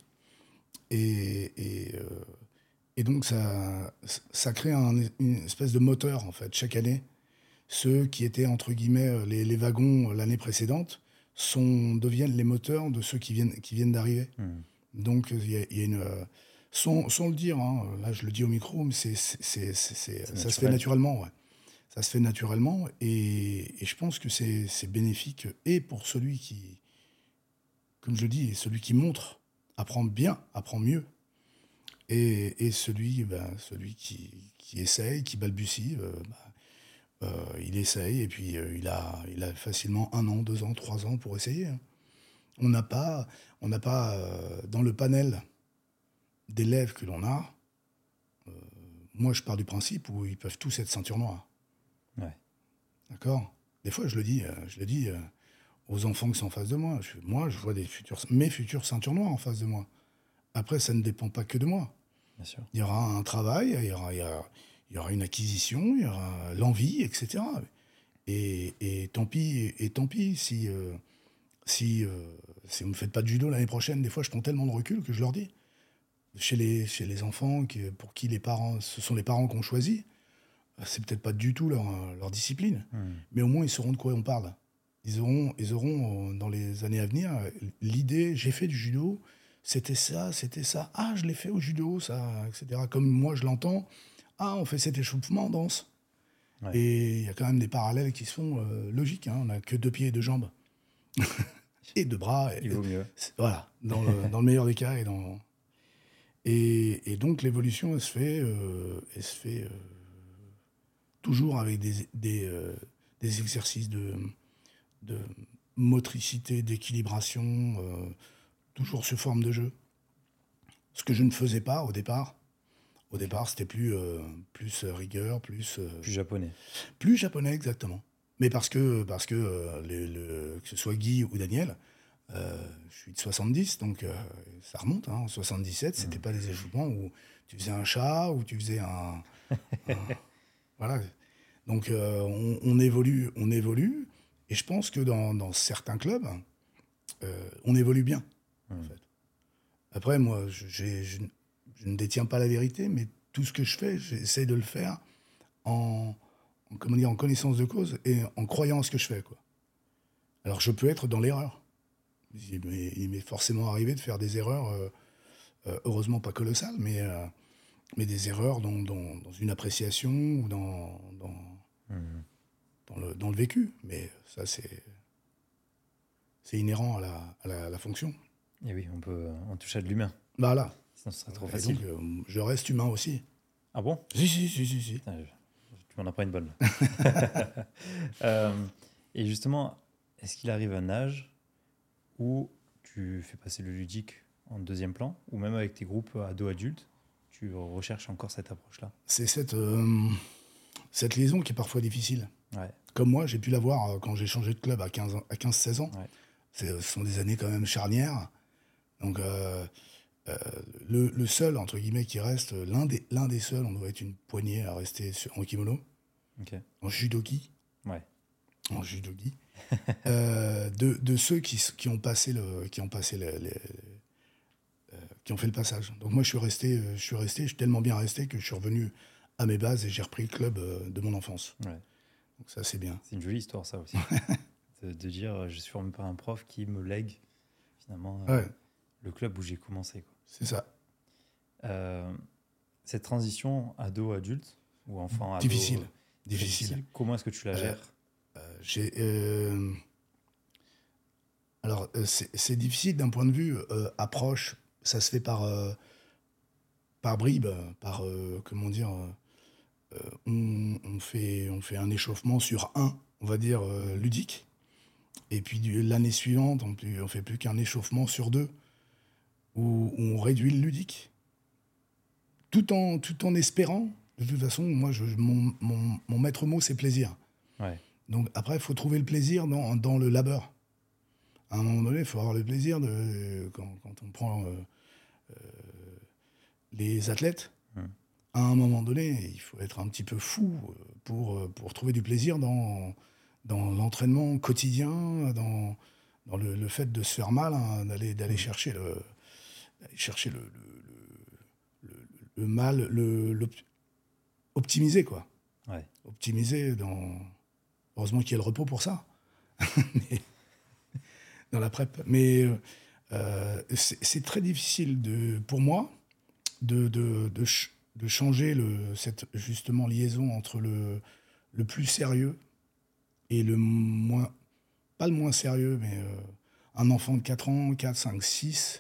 Et donc ça crée une espèce de moteur, en fait, chaque année. Ceux qui étaient, entre guillemets, les wagons l'année précédente deviennent les moteurs de ceux qui viennent d'arriver. Donc il y a une... sans le dire, hein, là je le dis au micro, mais ça se fait naturellement. Ouais. Ça se fait naturellement et je pense que c'est bénéfique et pour celui qui, comme je dis, celui qui montre, apprend bien, apprend mieux. Et celui qui essaye, qui balbutie, il essaye et puis il a facilement 1 an, 2 ans, 3 ans pour essayer. Hein. On n'a pas dans le panel d'élèves que l'on a, moi je pars du principe où ils peuvent tous être ceinture noire. Ouais. D'accord ? Des fois je le dis aux enfants qui sont en face de moi. Je vois mes futures ceintures noires en face de moi. Après, ça ne dépend pas que de moi. Bien sûr. Il y aura un travail, il y aura une acquisition, il y aura l'envie, etc. Et tant pis si vous ne faites pas de judo l'année prochaine. Des fois, je prends tellement de recul que je leur dis. Chez les enfants pour qui ce sont les parents qui ont choisi, c'est peut-être pas du tout leur discipline, mais au moins ils sauront de quoi on parle. Ils auront dans les années à venir l'idée, j'ai fait du judo, c'était ça, ah je l'ai fait au judo, ça, etc. Comme moi je l'entends, ah on fait cet échauffement en danse. Ouais. Et il y a quand même des parallèles qui sont logiques, hein. On n'a que 2 pieds et 2 jambes. Et 2 bras. Il vaut mieux. Voilà, dans le meilleur des cas. Et donc l'évolution, elle se fait toujours avec des exercices de motricité, d'équilibration, toujours sous forme de jeu. Ce que je ne faisais pas au départ. Au départ, c'était plus rigueur, plus japonais. Plus japonais, exactement. Mais parce que que ce soit Guy ou Daniel, je suis de 70, donc ça remonte. Hein, en 77, c'était pas des échauffements où tu faisais un chat, ou tu faisais un voilà. Donc on évolue, et je pense que dans certains clubs, on évolue bien. En fait. Après, moi, je ne détiens pas la vérité, mais tout ce que je fais, j'essaie de le faire en connaissance de cause et en croyant à ce que je fais, quoi. Alors je peux être dans l'erreur. Il m'est forcément arrivé de faire des erreurs, heureusement pas colossales, mais des erreurs dans une appréciation ou dans le vécu. Mais ça, c'est inhérent à la fonction. Et oui, on touche à de l'humain. Voilà. Sinon, ce serait trop facile. Donc, je reste humain aussi. Ah bon ? Si. Putain, tu m'en apprends une bonne. Et justement, est-ce qu'il arrive un âge où tu fais passer le ludique en deuxième plan, ou même avec tes groupes ados-adultes, tu recherches encore cette approche-là ? C'est cette liaison qui est parfois difficile. Ouais. Comme moi, j'ai pu l'avoir quand j'ai changé de club à 15-16 ans. Ouais. Ce sont des années quand même charnières. Donc, le seul, entre guillemets, qui reste, l'un des seuls, on doit être une poignée à rester en kimono, okay. En judogi. Ouais. En judogi. De ceux qui ont passé qui ont fait le passage. Donc moi, je suis resté, je suis tellement bien resté que je suis revenu à mes bases et j'ai repris le club de mon enfance. Ouais. Donc ça, c'est bien. C'est une jolie histoire, ça aussi. de dire, je suis formé par un prof qui me lègue, finalement, le club où j'ai commencé, quoi. C'est ça. Cette transition ado-adulte, ou enfant-ado... Difficile. Comment est-ce que tu la gères ? Alors, c'est difficile d'un point de vue approche. Ça se fait par bribes, comment dire... on fait un échauffement sur on va dire, ludique. Et puis l'année suivante, on fait plus qu'un échauffement sur 2. où on réduit le ludique, tout en espérant. De toute façon, moi, mon maître mot, c'est plaisir. Ouais. Donc après, il faut trouver le plaisir dans le labeur. À un moment donné, il faut avoir le plaisir quand on prend les athlètes. À un moment donné, il faut être un petit peu fou pour trouver du plaisir dans l'entraînement quotidien, dans le fait de se faire mal, hein, d'aller chercher le mal, optimiser, quoi. Ouais. Optimiser heureusement qu'il y a le repos pour ça. Mais, dans la prep. Mais c'est très difficile pour moi de changer cette justement liaison entre le plus sérieux et le moins, pas le moins sérieux, mais un enfant de 4 ans, 4, 5, 6,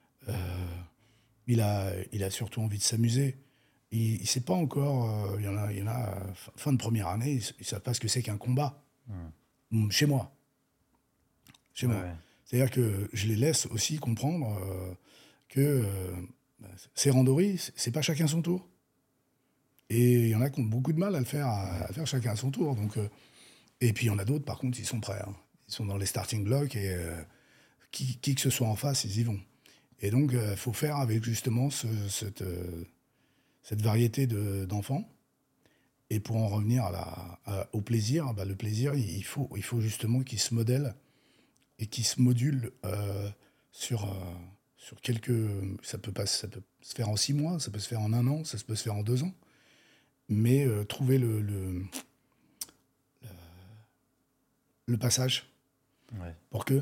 il a surtout envie de s'amuser. Il ne sait pas encore, il y en a fin de première année, ils ne savent pas ce que c'est qu'un combat. Chez moi. Ouais. C'est-à-dire que je les laisse aussi comprendre que ces randonnées, c'est pas chacun son tour. Et il y en a qui ont beaucoup de mal à le faire, à faire chacun son tour. Donc, et puis il y en a d'autres, par contre, ils sont prêts. Hein. Ils sont dans les starting blocks et qui que ce soit en face, ils y vont. Et donc, il faut faire avec justement cette variété d'enfants. Et pour en revenir au plaisir, le plaisir, il faut justement qu'il se modèle et qu'il se module sur quelques... Ça peut se faire en 6 mois, ça peut se faire en 1 an, ça peut se faire en 2 ans. Mais trouver le passage pour que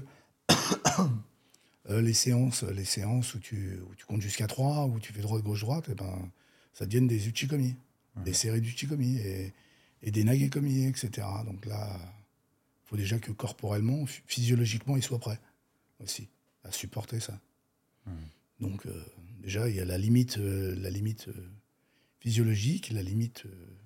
les séances où tu comptes jusqu'à 3, où tu fais droite, gauche, droite, eh ben, ça devienne des uchikomi, des séries d'uchikomi et des nagekomi, etc. Donc là, il faut déjà que corporellement, physiologiquement, il soit prêt aussi à supporter ça. Donc déjà, il y a la limite physiologique, la limite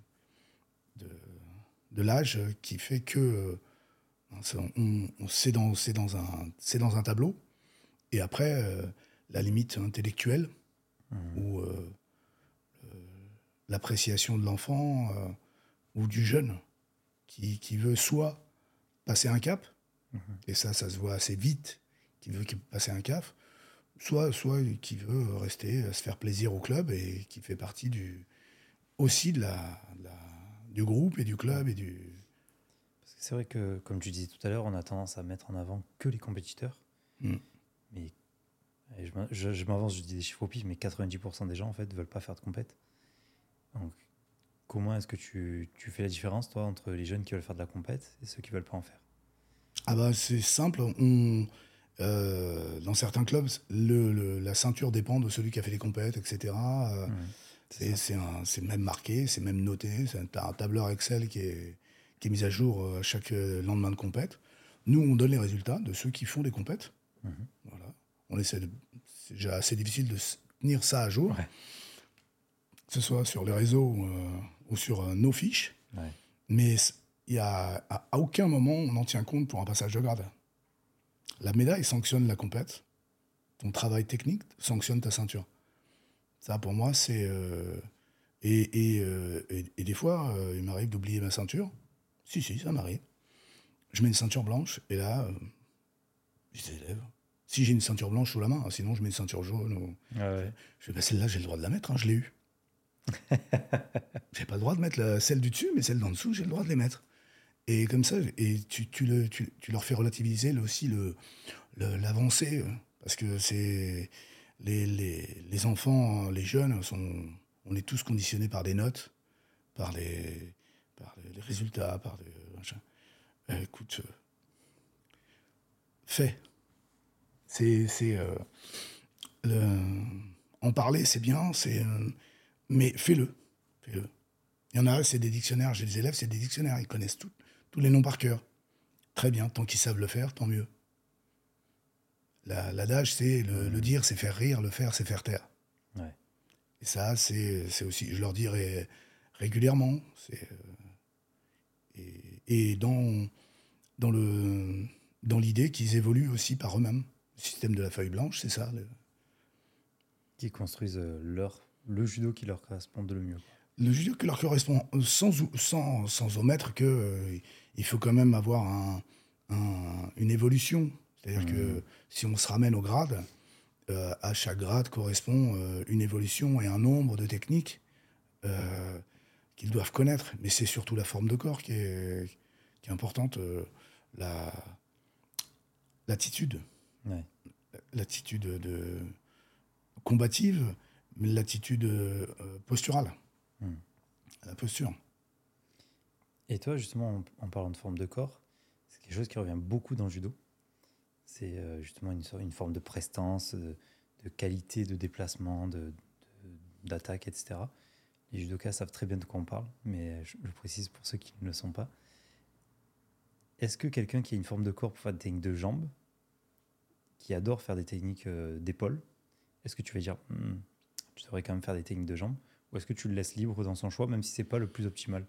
de l'âge qui fait que c'est dans un tableau. Et après, la limite intellectuelle, ou l'appréciation de l'enfant ou du jeune qui veut soit passer un cap, et ça se voit assez vite, qui veut passer un cap, soit qui veut rester, se faire plaisir au club et qui fait partie aussi du groupe et du club et du... Parce que c'est vrai que, comme tu disais tout à l'heure, on a tendance à mettre en avant que les compétiteurs. Mais je m'avance, je dis des chiffres au pif, mais 90% des gens, en fait, ne veulent pas faire de compète. Donc, comment est-ce que tu fais la différence, toi, entre les jeunes qui veulent faire de la compète et ceux qui ne veulent pas en faire? Ah bah, c'est simple. Dans certains clubs, la ceinture dépend de celui qui a fait les compètes, etc. C'est même marqué, c'est même noté. C'est un tableur Excel qui est mis à jour à chaque lendemain de compète. Nous, on donne les résultats de ceux qui font des compètes. Voilà. C'est déjà assez difficile de tenir ça à jour, que ce soit sur les réseaux ou sur nos fiches. Ouais. Mais à aucun moment on en tient compte pour un passage de grade. La médaille sanctionne la compète. Ton travail technique sanctionne ta ceinture. Ça, pour moi, c'est... Et des fois, il m'arrive d'oublier ma ceinture. Si, ça m'arrive. Je mets une ceinture blanche, et là, je les élève. Si j'ai une ceinture blanche sous la main, sinon je mets une ceinture jaune. Je vais celle-là, j'ai le droit de la mettre, hein, je l'ai eue. J'ai pas le droit de mettre celle du dessus, mais celle d'en dessous, j'ai le droit de les mettre. Et comme ça, et tu leur fais relativiser aussi l'avancée, parce que c'est les enfants, les jeunes, on est tous conditionnés par des notes, par les résultats, par des machins. Écoute, fais. En parler, c'est bien, mais fais-le. Il y en a, c'est des dictionnaires. J'ai des élèves, c'est des dictionnaires. Ils connaissent tous les noms par cœur. Très bien, tant qu'ils savent le faire, tant mieux. L'adage, c'est le dire, c'est faire rire, le faire, c'est faire taire. Ouais. Et ça, c'est aussi, je leur dirai régulièrement. Et dans l'idée qu'ils évoluent aussi par eux-mêmes. Le système de la feuille blanche, c'est ça. Qui construisent le judo qui leur correspond le mieux. Le judo qui leur correspond, sans omettre que il faut quand même avoir une évolution. C'est-à-dire que si on se ramène au grade, à chaque grade correspond une évolution et un nombre de techniques qu'ils doivent connaître. Mais c'est surtout la forme de corps qui est importante, l'attitude. Ouais. L'attitude combative, mais l'attitude posturale. La posture. Et toi, justement, en parlant de forme de corps, c'est quelque chose qui revient beaucoup dans le judo. C'est justement une forme de prestance, de qualité de déplacement, d'attaque, etc. Les judokas savent très bien de quoi on parle, mais je précise pour ceux qui ne le sont pas. Est-ce que quelqu'un qui a une forme de corps pour faire des techniques de jambes, qui adore faire des techniques d'épaule, est-ce que tu vas dire tu devrais quand même faire des techniques de jambes, ou est-ce que tu le laisses libre dans son choix, même si c'est pas le plus optimal,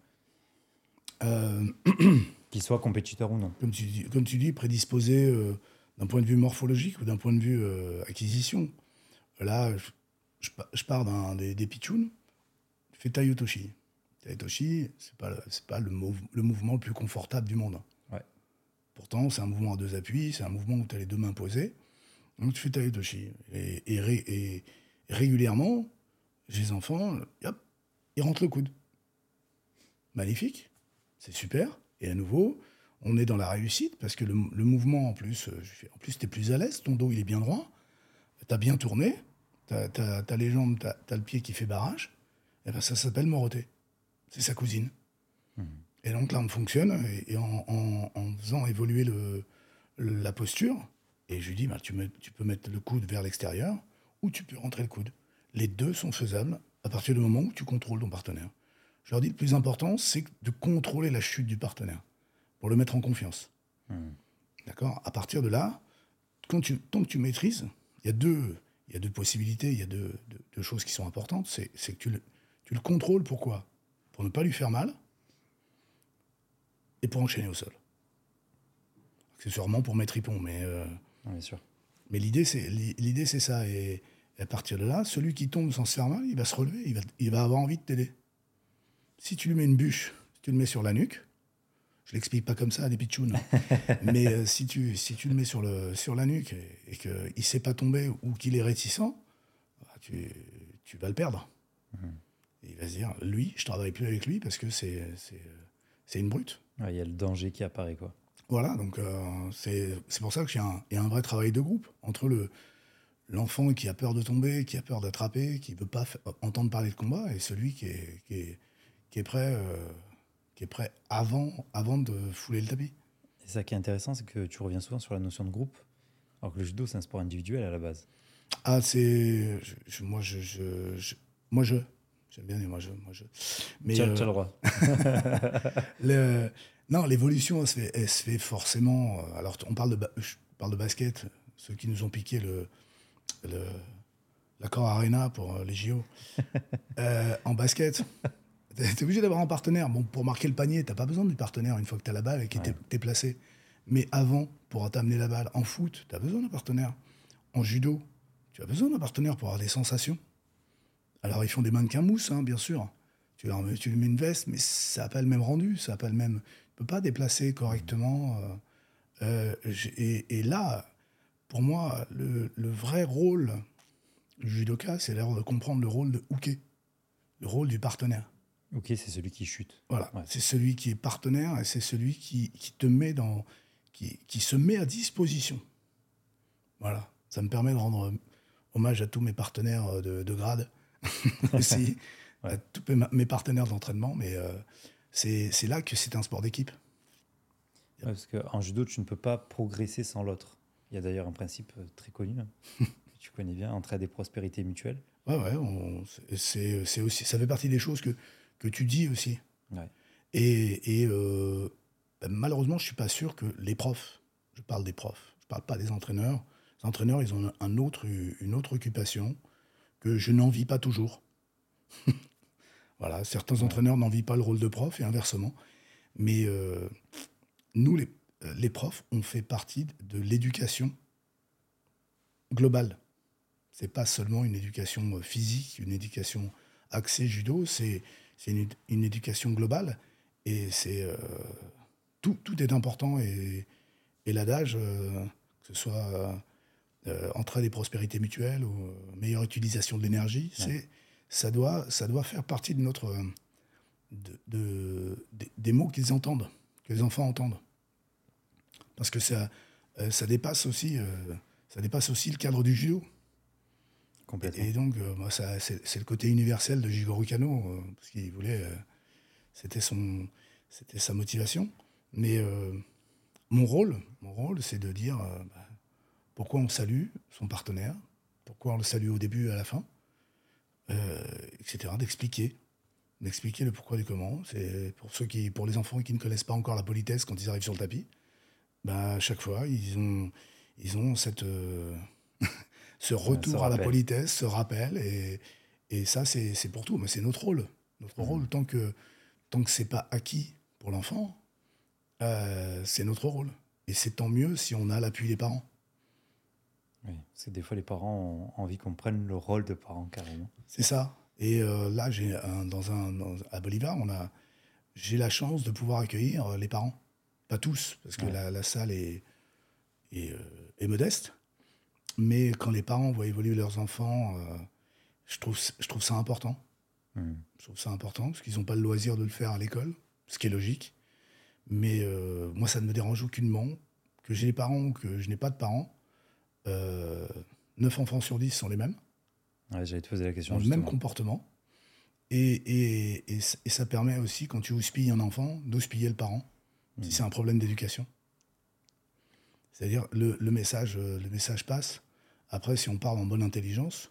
qu'il soit compétiteur ou non? Comme tu dis, prédisposé d'un point de vue morphologique ou d'un point de vue acquisition. Là, je pars des pitchouns, je fais Taiotoshi. Taiotoshi, c'est pas le mouvement le plus confortable du monde. Ouais. Pourtant, c'est un mouvement à 2 appuis, c'est un mouvement où tu as les 2 mains posées. Donc, tu fais Taiotoshi. Et régulièrement, j'ai les enfants, hop, ils rentrent le coude. Magnifique, c'est super. Et à nouveau, on est dans la réussite parce que le mouvement, en plus, tu es plus à l'aise, ton dos il est bien droit, tu as bien tourné, tu as les jambes, tu as le pied qui fait barrage. Et ben ça s'appelle moroter. C'est sa cousine. Et donc là, on fonctionne et en faisant évoluer la posture, et je lui dis, tu peux mettre le coude vers l'extérieur ou tu peux rentrer le coude. Les deux sont faisables à partir du moment où tu contrôles ton partenaire. Je leur dis, le plus important, c'est de contrôler la chute du partenaire pour le mettre en confiance. D'accord ? À partir de là, tant que tu maîtrises, il y a deux possibilités, il y a deux choses qui sont importantes. C'est que tu le contrôles, pourquoi ? Pour ne pas lui faire mal et pour enchaîner au sol. Accessoirement pour mettre ripon, mais... Bien sûr. Mais l'idée, c'est ça. Et à partir de là, celui qui tombe sans se faire mal, il va se relever, il va avoir envie de t'aider. Si tu lui mets une bûche, si tu le mets sur la nuque, je l'explique pas comme ça à des pitchouns, mais si tu le mets sur la nuque et qu'il ne sait pas tomber ou qu'il est réticent, tu vas le perdre. Et il va se dire, lui, je ne travaille plus avec lui parce que c'est une brute. Il y a le danger qui apparaît, quoi. Voilà, donc c'est pour ça qu'il y a un vrai travail de groupe entre l'enfant qui a peur de tomber, qui a peur d'attraper, qui ne veut pas entendre parler de combat, et celui qui est prêt avant de fouler le tapis. Et ça qui est intéressant, c'est que tu reviens souvent sur la notion de groupe, alors que le judo, c'est un sport individuel à la base. Ah, c'est... Moi, j'aime bien dire moi, je. Mais, tu as le droit. Non, l'évolution, elle se fait forcément... Alors, je parle de basket, ceux qui nous ont piqué l'accord Arena pour les JO. En basket, t'es obligé d'avoir un partenaire. Bon, pour marquer le panier, t'as pas besoin du partenaire une fois que t'as la balle et que t'es placé. Mais avant, pour t'amener la balle, en foot, t'as besoin d'un partenaire. En judo, tu as besoin d'un partenaire pour avoir des sensations. Alors, ils font des mannequins mousse, hein, bien sûr. Tu lui mets une veste, mais ça n'a pas le même rendu, ça n'a pas le même... Tu ne peux pas déplacer correctement. Et là, pour moi, le vrai rôle du judoka, c'est d'ailleurs de comprendre le rôle de hooké, le rôle du partenaire. Ok, c'est celui qui chute. Voilà, c'est celui qui est partenaire et c'est celui qui te met qui se met à disposition. Voilà, ça me permet de rendre hommage à tous mes partenaires de grade aussi, à tous mes partenaires d'entraînement, mais c'est là que c'est un sport d'équipe. Parce qu'en judo, tu ne peux pas progresser sans l'autre. Il y a d'ailleurs un principe très connu, que tu connais bien, entraide et prospérité mutuelle. C'est aussi, ça fait partie des choses que tu dis aussi. Ouais. Et malheureusement, je ne suis pas sûr que les profs, je parle des profs, je ne parle pas des entraîneurs. Les entraîneurs, ils ont une autre occupation que je n'envie pas toujours. Voilà, certains entraîneurs n'envient pas le rôle de prof et inversement. Mais nous, les profs, on fait partie de l'éducation globale. C'est pas seulement une éducation physique, une éducation axée judo, c'est une éducation globale. Et tout est important. Et l'adage, que ce soit entraide et prospérité mutuelle ou meilleure utilisation de l'énergie, ça doit faire partie de notre des mots qu'ils entendent, que les enfants entendent, parce que ça dépasse aussi le cadre du judo. Complètement. Et donc c'est le côté universel de Jigoro Kano, parce qu'il voulait, c'était sa motivation. Mais mon rôle, c'est de dire pourquoi on salue son partenaire, pourquoi on le salue au début et à la fin, etc. D'expliquer le pourquoi du comment. C'est pour les enfants qui ne connaissent pas encore la politesse quand ils arrivent sur le tapis. À chaque fois, ils ont ce retour à la politesse, ce rappel, et ça, c'est pour tout. Mais c'est notre rôle. Notre rôle, tant que c'est pas acquis pour l'enfant, c'est notre rôle. Et c'est tant mieux si on a l'appui des parents. Oui, parce que des fois, les parents ont envie qu'on prenne le rôle de parents, carrément. C'est ça. Et là, à Bolivar, j'ai la chance de pouvoir accueillir les parents. Pas tous, parce que la salle est modeste. Mais quand les parents voient évoluer leurs enfants, je trouve ça important. Je trouve ça important, parce qu'ils n'ont pas le loisir de le faire à l'école, ce qui est logique. Mais moi, ça ne me dérange aucunement que j'ai des parents ou que je n'ai pas de parents. 9 enfants sur 10 sont les mêmes. Ouais, j'allais te poser la question. Ont le même comportement. Et ça permet aussi, quand tu houspilles un enfant, d'houspiller le parent, si c'est un problème d'éducation. C'est-à-dire, le message passe. Après, si on parle en bonne intelligence,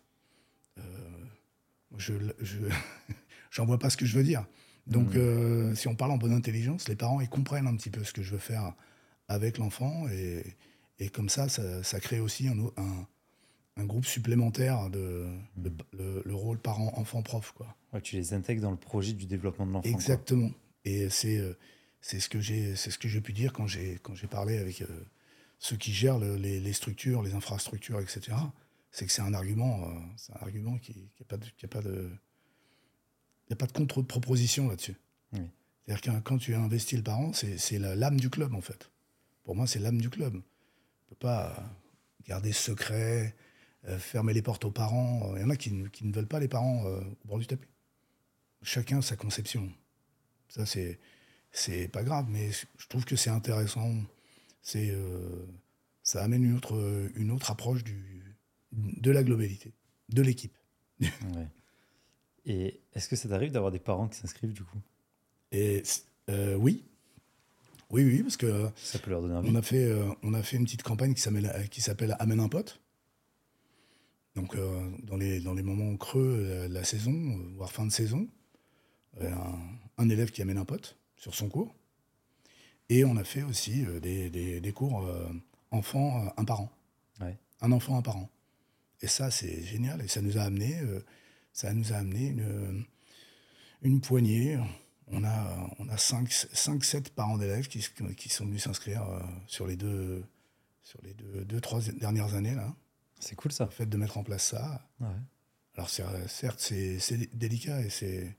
j'en vois pas ce que je veux dire. Donc, si on parle en bonne intelligence, les parents, ils comprennent un petit peu ce que je veux faire avec l'enfant. Et comme ça crée aussi un groupe supplémentaire le rôle parent-enfant-prof, quoi. Ouais, tu les intègres dans le projet du développement de l'enfant. Exactement. Quoi. Et c'est ce que j'ai pu dire quand j'ai parlé avec ceux qui gèrent les structures, les infrastructures, etc. C'est que c'est un argument qui n'a pas de contre-proposition là-dessus. Oui. C'est-à-dire que quand tu investis le parent, c'est l'âme du club, en fait. Pour moi, c'est l'âme du club. On ne peut pas garder secret, fermer les portes aux parents. Il y en a qui ne veulent pas les parents au bord du tapis. Chacun sa conception. Ça, c'est pas grave, mais je trouve que c'est intéressant. Ça amène une autre approche de la globalité, de l'équipe. Ouais. Et est-ce que ça t'arrive d'avoir des parents qui s'inscrivent, du coup ? Et oui. Oui, parce que ça peut leur donner envie. On a fait une petite campagne qui s'appelle Amène un pote. Donc, dans les moments creux de la saison, voire fin de saison, un élève qui amène un pote sur son cours. Et on a fait aussi des cours enfant, un parent. Ouais. Un enfant, un parent. Et ça, c'est génial. Et ça nous a amené une poignée. On a 5-7 parents d'élèves qui sont venus s'inscrire sur les 2-3 dernières années, là. C'est cool, ça. Le fait de mettre en place ça. Ouais. Alors, certes, c'est délicat et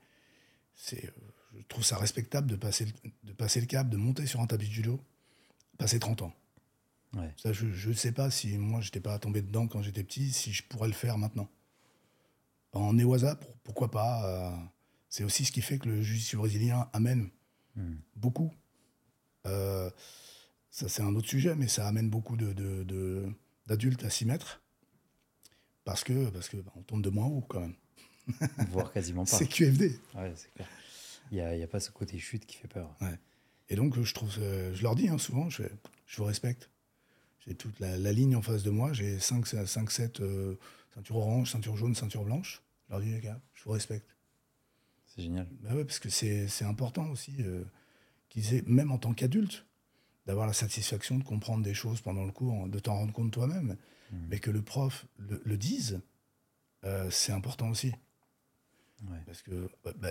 je trouve ça respectable de passer le cap, de monter sur un tapis de judo, passer 30 ans. Ouais. Ça, je ne sais pas si moi, je n'étais pas tombé dedans quand j'étais petit, si je pourrais le faire maintenant. En Newaza, pourquoi pas c'est aussi ce qui fait que le jiu-jitsu brésilien amène beaucoup. Ça, c'est un autre sujet, mais ça amène beaucoup d'adultes à s'y mettre. Parce que on tombe de moins haut, quand même. Voire quasiment pas. C'est QFD. Ouais, c'est clair. Il y a pas ce côté chute qui fait peur. Ouais. Et donc, je leur dis souvent, je vous respecte. J'ai toute la ligne en face de moi, j'ai 5-7 ceintures orange, ceinture jaune, ceinture blanche. Je leur dis, les gars, je vous respecte. C'est génial. Ouais, parce que c'est important aussi, qu'ils aient, même en tant qu'adultes, d'avoir la satisfaction de comprendre des choses pendant le cours, de t'en rendre compte toi-même, mais que le prof le dise, c'est important aussi. Ouais. Parce que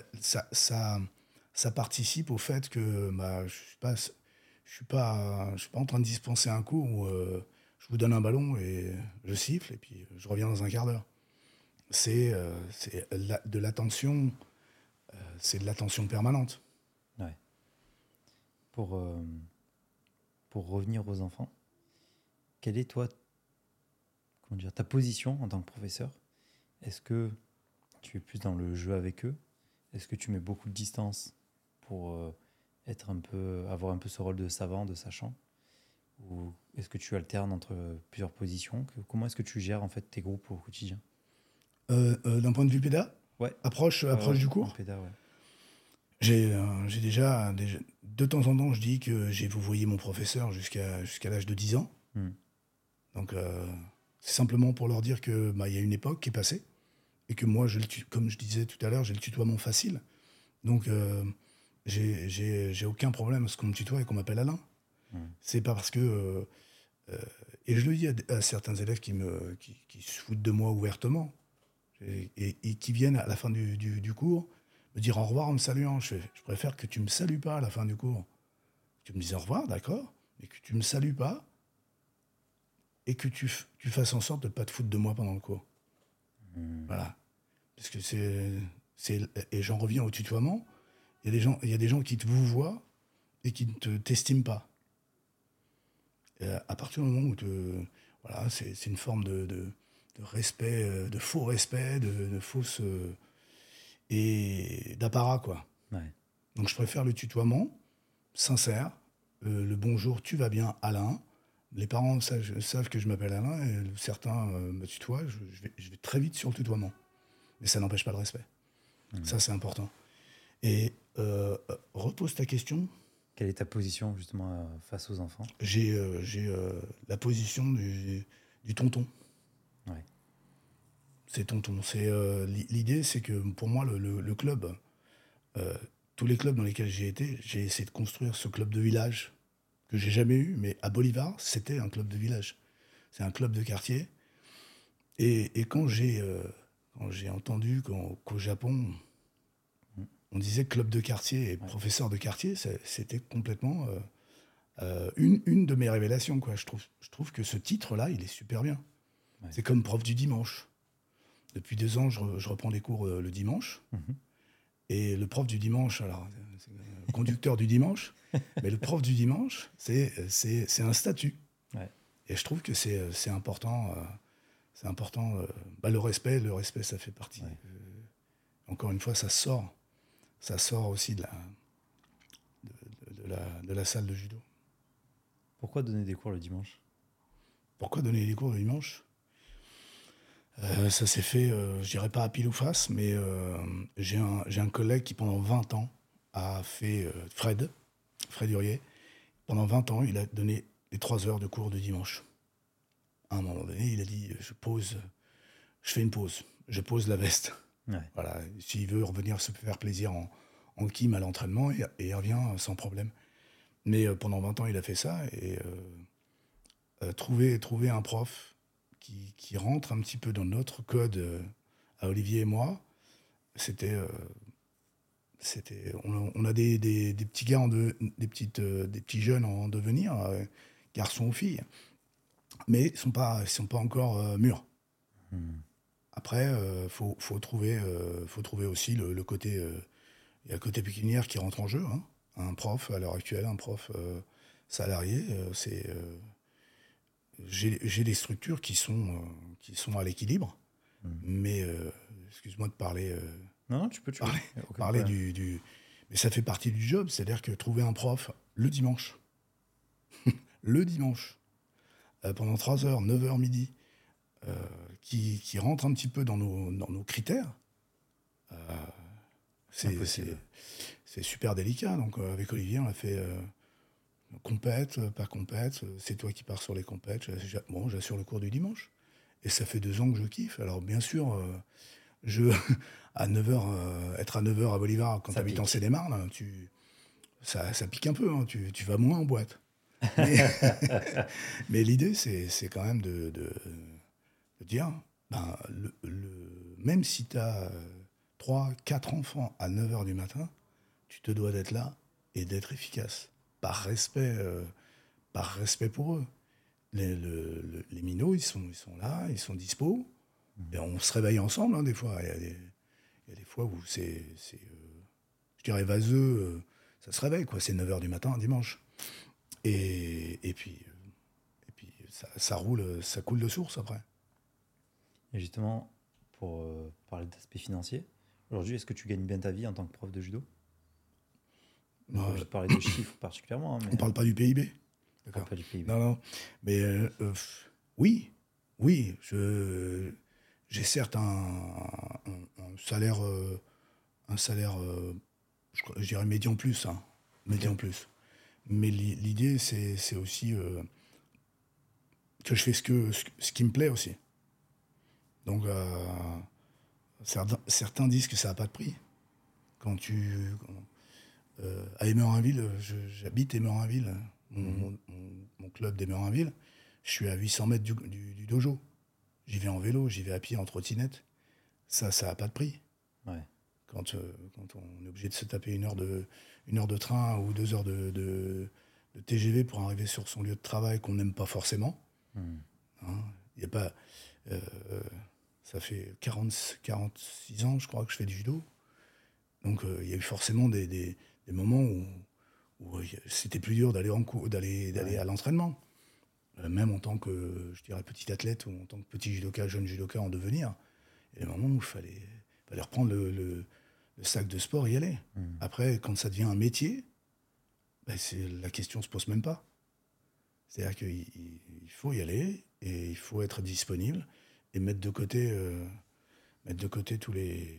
ça participe au fait que je suis pas en train de dispenser un cours où je vous donne un ballon et je siffle et puis je reviens dans un quart d'heure. C'est de l'attention, c'est de l'attention permanente. Ouais. Pour revenir aux enfants, quelle est toi, comment dire, ta position en tant que professeur? Est-ce que tu es plus dans le jeu avec eux? Est-ce que tu mets beaucoup de distance pour avoir un peu ce rôle de savant, de sachant? Ou est-ce que tu alternes entre plusieurs positions? Comment est-ce que tu gères en fait tes groupes au quotidien? D'un point de vue péda, Ouais. approche Ouais, du en cours, péda, ouais. j'ai déjà, de temps en temps, je dis que j'ai vouvoyé mon professeur jusqu'à l'âge de 10 ans. Hmm. Donc, c'est simplement pour leur dire que y a une époque qui est passée et que moi, comme je disais tout à l'heure, j'ai le tutoiement facile. Donc, j'ai aucun problème à ce qu'on me tutoie et qu'on m'appelle Alain. C'est pas parce que... et je le dis à certains élèves qui se foutent de moi ouvertement et qui viennent à la fin du cours me dire au revoir en me saluant. Je préfère que tu me salues pas à la fin du cours. Tu me dis au revoir, d'accord, mais que tu me salues pas et que tu fasses en sorte de ne pas te foutre de moi pendant le cours. Voilà. Parce que et j'en reviens au tutoiement. Il y a des gens qui te vous voient et qui ne t'estiment pas. Et à partir du moment où voilà, c'est une forme de respect, de faux respect, de fausse et d'apparat, quoi. Ouais. Donc je préfère le tutoiement sincère, le bonjour, tu vas bien, Alain. Les parents savent que je m'appelle Alain et certains me tutoient. Je vais très vite sur le tutoiement, mais ça n'empêche pas le respect. Ça, c'est important. Et repose ta question. Quelle est ta position justement face aux enfants? J'ai la position du tonton. Ouais. C'est tonton. L'idée, c'est que pour moi, le club, tous les clubs dans lesquels j'ai été, j'ai essayé de construire ce club de village que j'ai jamais eu, mais à Bolivar, c'était un club de village. C'est un club de quartier. Et quand j'ai entendu qu'au Japon, on disait club de quartier et professeur de quartier, c'était complètement une de mes révélations, quoi. Je trouve que ce titre-là, il est super bien. Ouais. C'est comme prof du dimanche. Depuis 2 ans, je reprends des cours le dimanche. Et le prof du dimanche, alors, c'est le conducteur du dimanche, mais le prof du dimanche, c'est un statut. Ouais. Et je trouve que c'est important. C'est important. Le respect, ça fait partie. Ouais. Encore une fois, ça sort aussi de la salle de judo. Pourquoi donner des cours le dimanche? Pourquoi donner des cours le dimanche? Ça s'est fait, je dirais pas à pile ou face, mais j'ai un collègue qui pendant 20 ans a fait Fred Hurier. Pendant 20 ans, il a donné les 3 heures de cours de dimanche. À un moment donné, il a dit, je fais une pause, je pose la veste. Ouais. Voilà, s'il veut revenir se faire plaisir en Kim à l'entraînement, et il revient sans problème. Mais pendant 20 ans, il a fait ça, et trouver un prof qui rentre un petit peu dans notre code à Olivier et moi, on a des petits gars, des petits jeunes en devenir, garçons ou filles, mais ils sont pas encore mûrs. Après, faut trouver aussi le côté, il y a le côté pécuniaire qui rentre en jeu, hein. Un prof à l'heure actuelle, un prof salarié, j'ai des structures qui sont à l'équilibre, mais excuse-moi de parler. Non, tu peux parler du. Mais ça fait partie du job, c'est-à-dire que trouver un prof le dimanche, pendant 3 heures, 9 h midi, qui rentre un petit peu dans nos critères, c'est super délicat. Donc avec Olivier, on a fait compète, pas compète, c'est toi qui pars sur les compètes, j'assure le cours du dimanche. Et ça fait 2 ans que je kiffe. Alors bien sûr, à 9h, être à 9h à Bolivar, quand tu habites en Seine-et-Marne, ça pique un peu, hein, tu vas moins en boîte. Mais l'idée, c'est quand même de dire, même si tu as 3, 4 enfants à 9h du matin, tu te dois d'être là et d'être efficace. Par respect pour eux. les minots, ils sont là, ils sont dispo. Et on se réveille ensemble, hein, des fois. Il y a des fois où je dirais vaseux, ça se réveille, quoi. C'est 9h du matin, un dimanche. Et puis ça roule, ça coule de source après. Et justement, pour parler d'aspect financier, aujourd'hui, est-ce que tu gagnes bien ta vie en tant que prof de judo? On n'est pas obligé de parler de chiffres particulièrement. Mais... On ne parle pas du PIB. On parle pas du PIB. Non. Mais oui, j'ai certes un salaire, je dirais médian plus, hein, médian plus. Mais l'idée, c'est aussi que je fais ce qui me plaît aussi. Donc, certains disent que ça n'a pas de prix. À Émerinville, j'habite Émerinville, mon club d'Émerinville, je suis à 800 mètres du dojo. J'y vais en vélo, j'y vais à pied, en trottinette. Ça n'a pas de prix. Ouais. Quand on est obligé de se taper une heure de train ou 2 heures de TGV pour arriver sur son lieu de travail qu'on n'aime pas forcément. Hein, y a pas, ça fait 46 ans, je crois, que je fais du judo. Donc il y a eu forcément des moments où c'était plus dur d'aller d'aller à l'entraînement. Même en tant que, je dirais, petit athlète ou en tant que petit judoka, jeune judoka en devenir. Il y a des moments où il fallait reprendre le sac de sport et y aller. Après, quand ça devient un métier, la question ne se pose même pas. C'est-à-dire qu'il faut y aller et il faut être disponible et mettre de côté tous les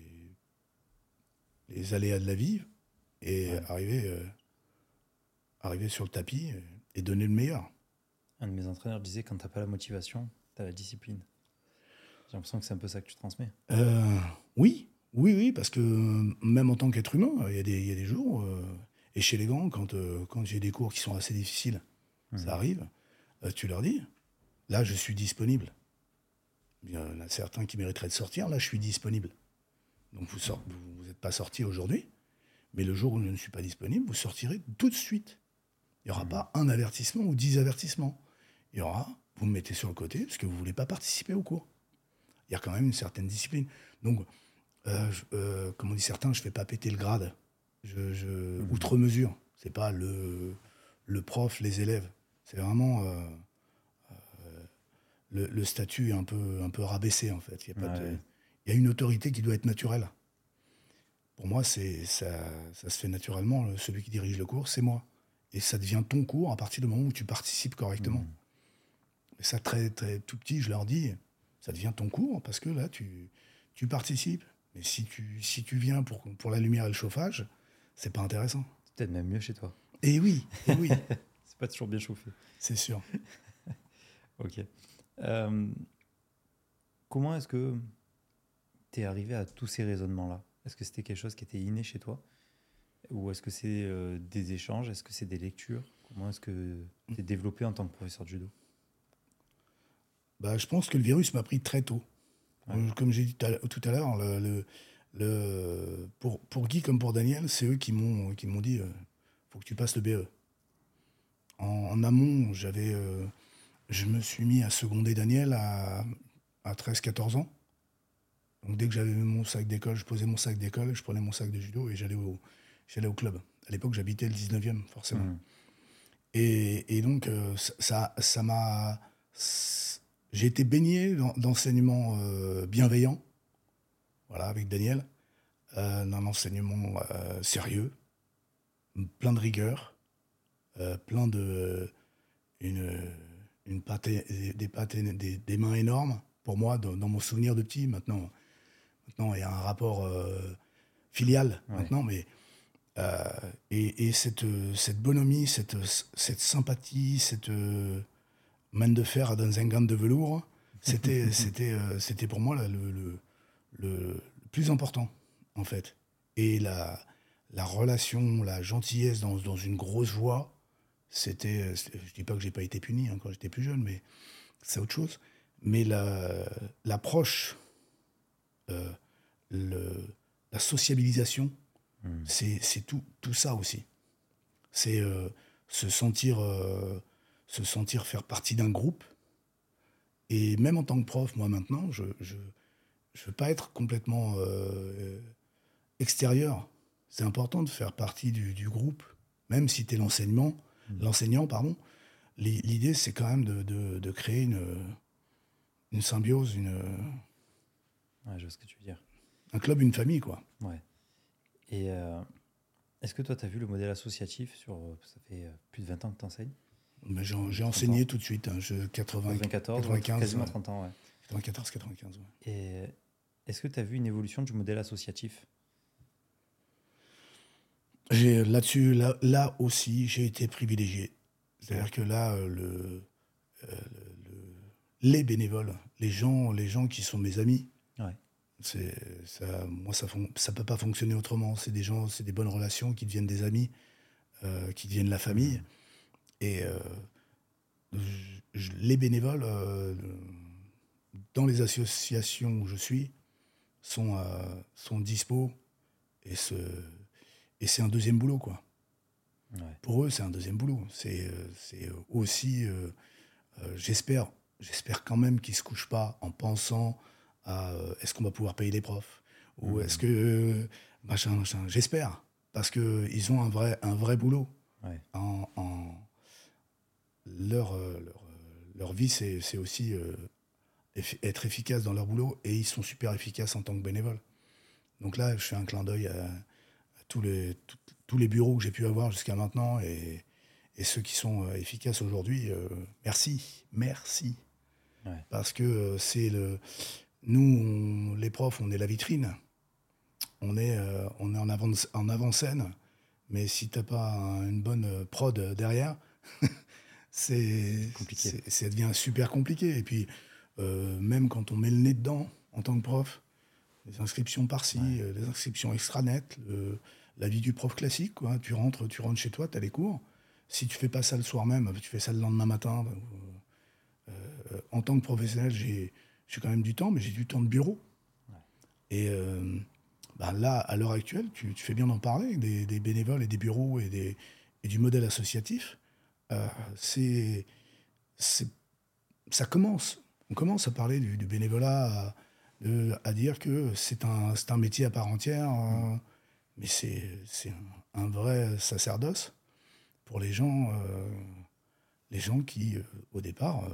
aléas de la vie et arriver sur le tapis et donner le meilleur. Un de mes entraîneurs disait, quand tu n'as pas la motivation, tu as la discipline. J'ai l'impression que c'est un peu ça que tu transmets. Oui, parce que même en tant qu'être humain, il y a des jours, et chez les grands, quand j'ai des cours qui sont assez difficiles, ça arrive, tu leur dis, là je suis disponible. Il y en a certains qui mériteraient de sortir, là je suis disponible. Donc vous n'êtes pas sorti aujourd'hui, mais le jour où je ne suis pas disponible, vous sortirez tout de suite. Il n'y aura pas un avertissement ou 10 avertissements. Il y aura, vous me mettez sur le côté parce que vous ne voulez pas participer au cours. Il y a quand même une certaine discipline. Donc, comme on dit certains, je ne fais pas péter le grade. Outre mesure. Ce n'est pas le prof, les élèves. C'est vraiment le statut est un peu rabaissé, en fait. Il y a une autorité qui doit être naturelle. Pour moi, ça se fait naturellement. Celui qui dirige le cours, c'est moi. Et ça devient ton cours à partir du moment où tu participes correctement. Et ça, très, très tout petit, je leur dis, ça devient ton cours parce que là, tu participes. Mais si tu viens pour la lumière et le chauffage, c'est pas intéressant. C'est peut-être même mieux chez toi. Et oui. C'est pas toujours bien chauffé. C'est sûr. Ok. Comment est-ce que tu es arrivé à tous ces raisonnements-là? Est-ce que c'était quelque chose qui était inné chez toi? Ou est-ce que c'est des échanges? Est-ce que c'est des lectures? Comment est-ce que tu es développé en tant que professeur de judo? Je pense que le virus m'a pris très tôt. Ouais. Comme j'ai dit tout à l'heure, pour Guy comme pour Daniel, c'est eux qui m'ont dit faut que tu passes le BE. En amont, je me suis mis à seconder Daniel à 13-14 ans. Donc dès que j'avais mon sac d'école, je posais mon sac d'école, je prenais mon sac de judo et j'allais au club. À l'époque, j'habitais le 19e, forcément. Et donc, ça m'a... J'ai été baigné d'enseignements bienveillants, voilà, avec Daniel, d'un enseignement sérieux, plein de rigueur, plein de... des mains énormes, pour moi, dans mon souvenir de petit. Maintenant, il y a un rapport filial, maintenant, mais... et cette bonhomie, cette sympathie, cette main de fer dans un gant de velours, c'était pour moi le plus important, en fait. Et la relation, la gentillesse dans une grosse voix, c'était... Je dis pas que j'ai pas été puni quand j'étais plus jeune, mais c'est autre chose. Mais l'approche, la sociabilisation, c'est tout ça aussi. C'est se sentir se sentir faire partie d'un groupe. Et même en tant que prof, moi maintenant, je veux pas être complètement extérieur. C'est important de faire partie du groupe, même si tu es l'enseignant, pardon. L'idée, c'est quand même de créer une symbiose, Ouais, je vois ce que tu veux dire. un club, une famille, quoi. Ouais. Et est-ce que toi, tu as vu le modèle associatif ça fait plus de 20 ans que tu enseignes? Mais j'ai enseigné tout de suite, hein, 94, 95, quasiment ouais. 30 ans, ouais. 94, 95, ouais. Et est-ce que tu as vu une évolution du modèle associatif? Là-dessus, là aussi, j'ai été privilégié. C'est-à-dire que là, les bénévoles, les gens qui sont mes amis, Ouais. moi, ça peut pas fonctionner autrement. C'est des gens, c'est des bonnes relations qui deviennent des amis, qui deviennent la famille. Et les bénévoles, dans les associations où je suis, sont dispo et c'est un deuxième boulot, quoi. Ouais. Pour eux, c'est un deuxième boulot. C'est aussi, j'espère quand même qu'ils se couchent pas en pensant à est-ce qu'on va pouvoir payer les profs ou est-ce que machin. J'espère parce que ils ont un vrai boulot. Ouais. Leur vie, c'est aussi être efficace dans leur boulot et ils sont super efficaces en tant que bénévoles. Donc là, je fais un clin d'œil à tous les bureaux que j'ai pu avoir jusqu'à maintenant et ceux qui sont efficaces aujourd'hui. Merci. Ouais. Parce que nous, les profs, on est la vitrine. On est en avant-scène. Mais si t'as pas une bonne prod derrière, Compliqué. ça devient super compliqué. Et puis, même quand on met le nez dedans, en tant que prof, les inscriptions par-ci, les inscriptions extranet, la vie du prof classique, quoi. Tu rentres chez toi, tu as les cours. Si tu fais pas ça le soir même, tu fais ça le lendemain matin. En tant que professionnel, j'ai quand même du temps, mais j'ai du temps de bureau. Ouais. Et là, à l'heure actuelle, tu fais bien d'en parler, des bénévoles et des bureaux et du modèle associatif. Ça commence. On commence à parler du bénévolat, à dire que c'est un métier à part entière, mais c'est un vrai sacerdoce pour les gens qui, au départ,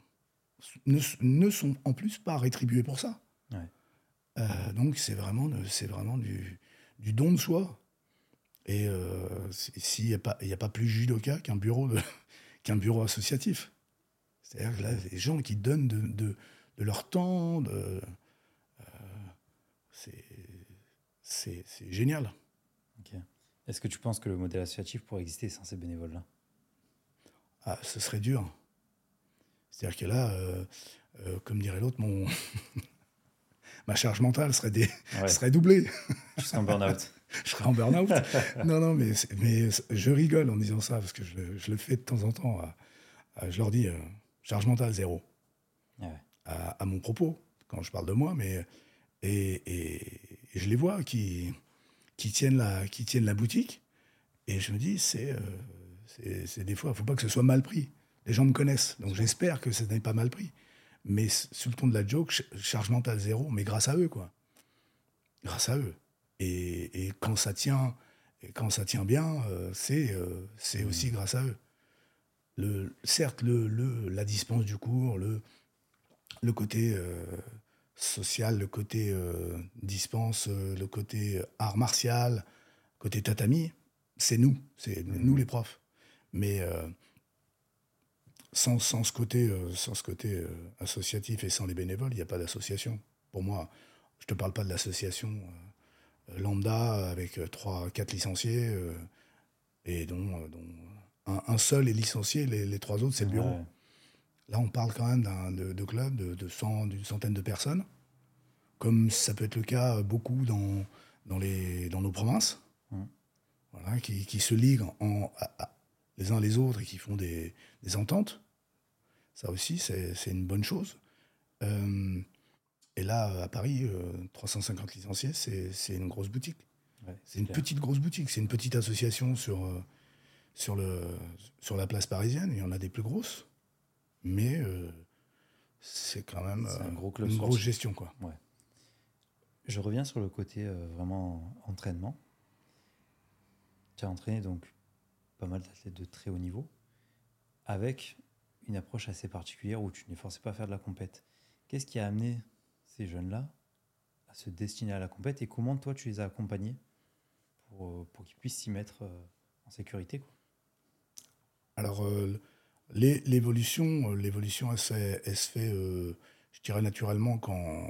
ne sont en plus pas rétribués pour ça. Ouais. Donc c'est vraiment du don de soi. Et s'il n'y a pas plus judoka qu'un bureau associatif. C'est-à-dire que là, les gens qui donnent de leur temps, c'est génial. Ok. Est-ce que tu penses que le modèle associatif pourrait exister sans ces bénévoles-là? Ah, ce serait dur. C'est-à-dire que là, comme dirait l'autre, ma charge mentale serait doublée. Tu serais en burn-out. Je serais en burn-out. Non, mais je rigole en disant ça, parce que je le fais de temps en temps. Je leur dis, charge mentale zéro. Ouais. À mon propos, quand je parle de moi, mais et je les vois qui tiennent la boutique, et je me dis, c'est des fois, il ne faut pas que ce soit mal pris. Les gens me connaissent, donc j'espère que ce n'est pas mal pris. Mais sous le ton de la joke, charge mentale zéro, mais grâce à eux, quoi. Grâce à eux. Et quand ça tient bien, c'est aussi grâce à eux. Certes, la dispense du cours, le côté social, le côté dispense, le côté art martial, le côté tatami, c'est nous les profs. Mais sans ce côté associatif et sans les bénévoles, il n'y a pas d'association. Pour moi, je ne te parle pas de l'association lambda avec 3-4 licenciés et dont un seul est licencié, les 3 autres, c'est le bureau. Ouais. Là, on parle quand même de club d'une centaine de personnes, comme ça peut être le cas beaucoup dans nos provinces, voilà, qui se liguent les uns les autres et qui font des ententes. Ça aussi, c'est une bonne chose. Et là, à Paris, 350 licenciés, c'est une grosse boutique. Ouais, C'est une clair. petite grosse boutique. C'est une petite association sur la place parisienne, il y en a des plus grosses, mais c'est quand même C'est un gros club une sportif. grosse gestion, quoi. Ouais. Je reviens sur le côté vraiment entraînement. Tu as entraîné donc pas mal d'athlètes de très haut niveau, avec une approche assez particulière où tu ne les forçais pas à faire de la compète. Qu'est-ce qui a amené ces jeunes-là à se destiner à la compète et comment toi tu les as accompagnés pour qu'ils puissent s'y mettre en sécurité, quoi. Alors, l'évolution, elle se fait, je dirais, naturellement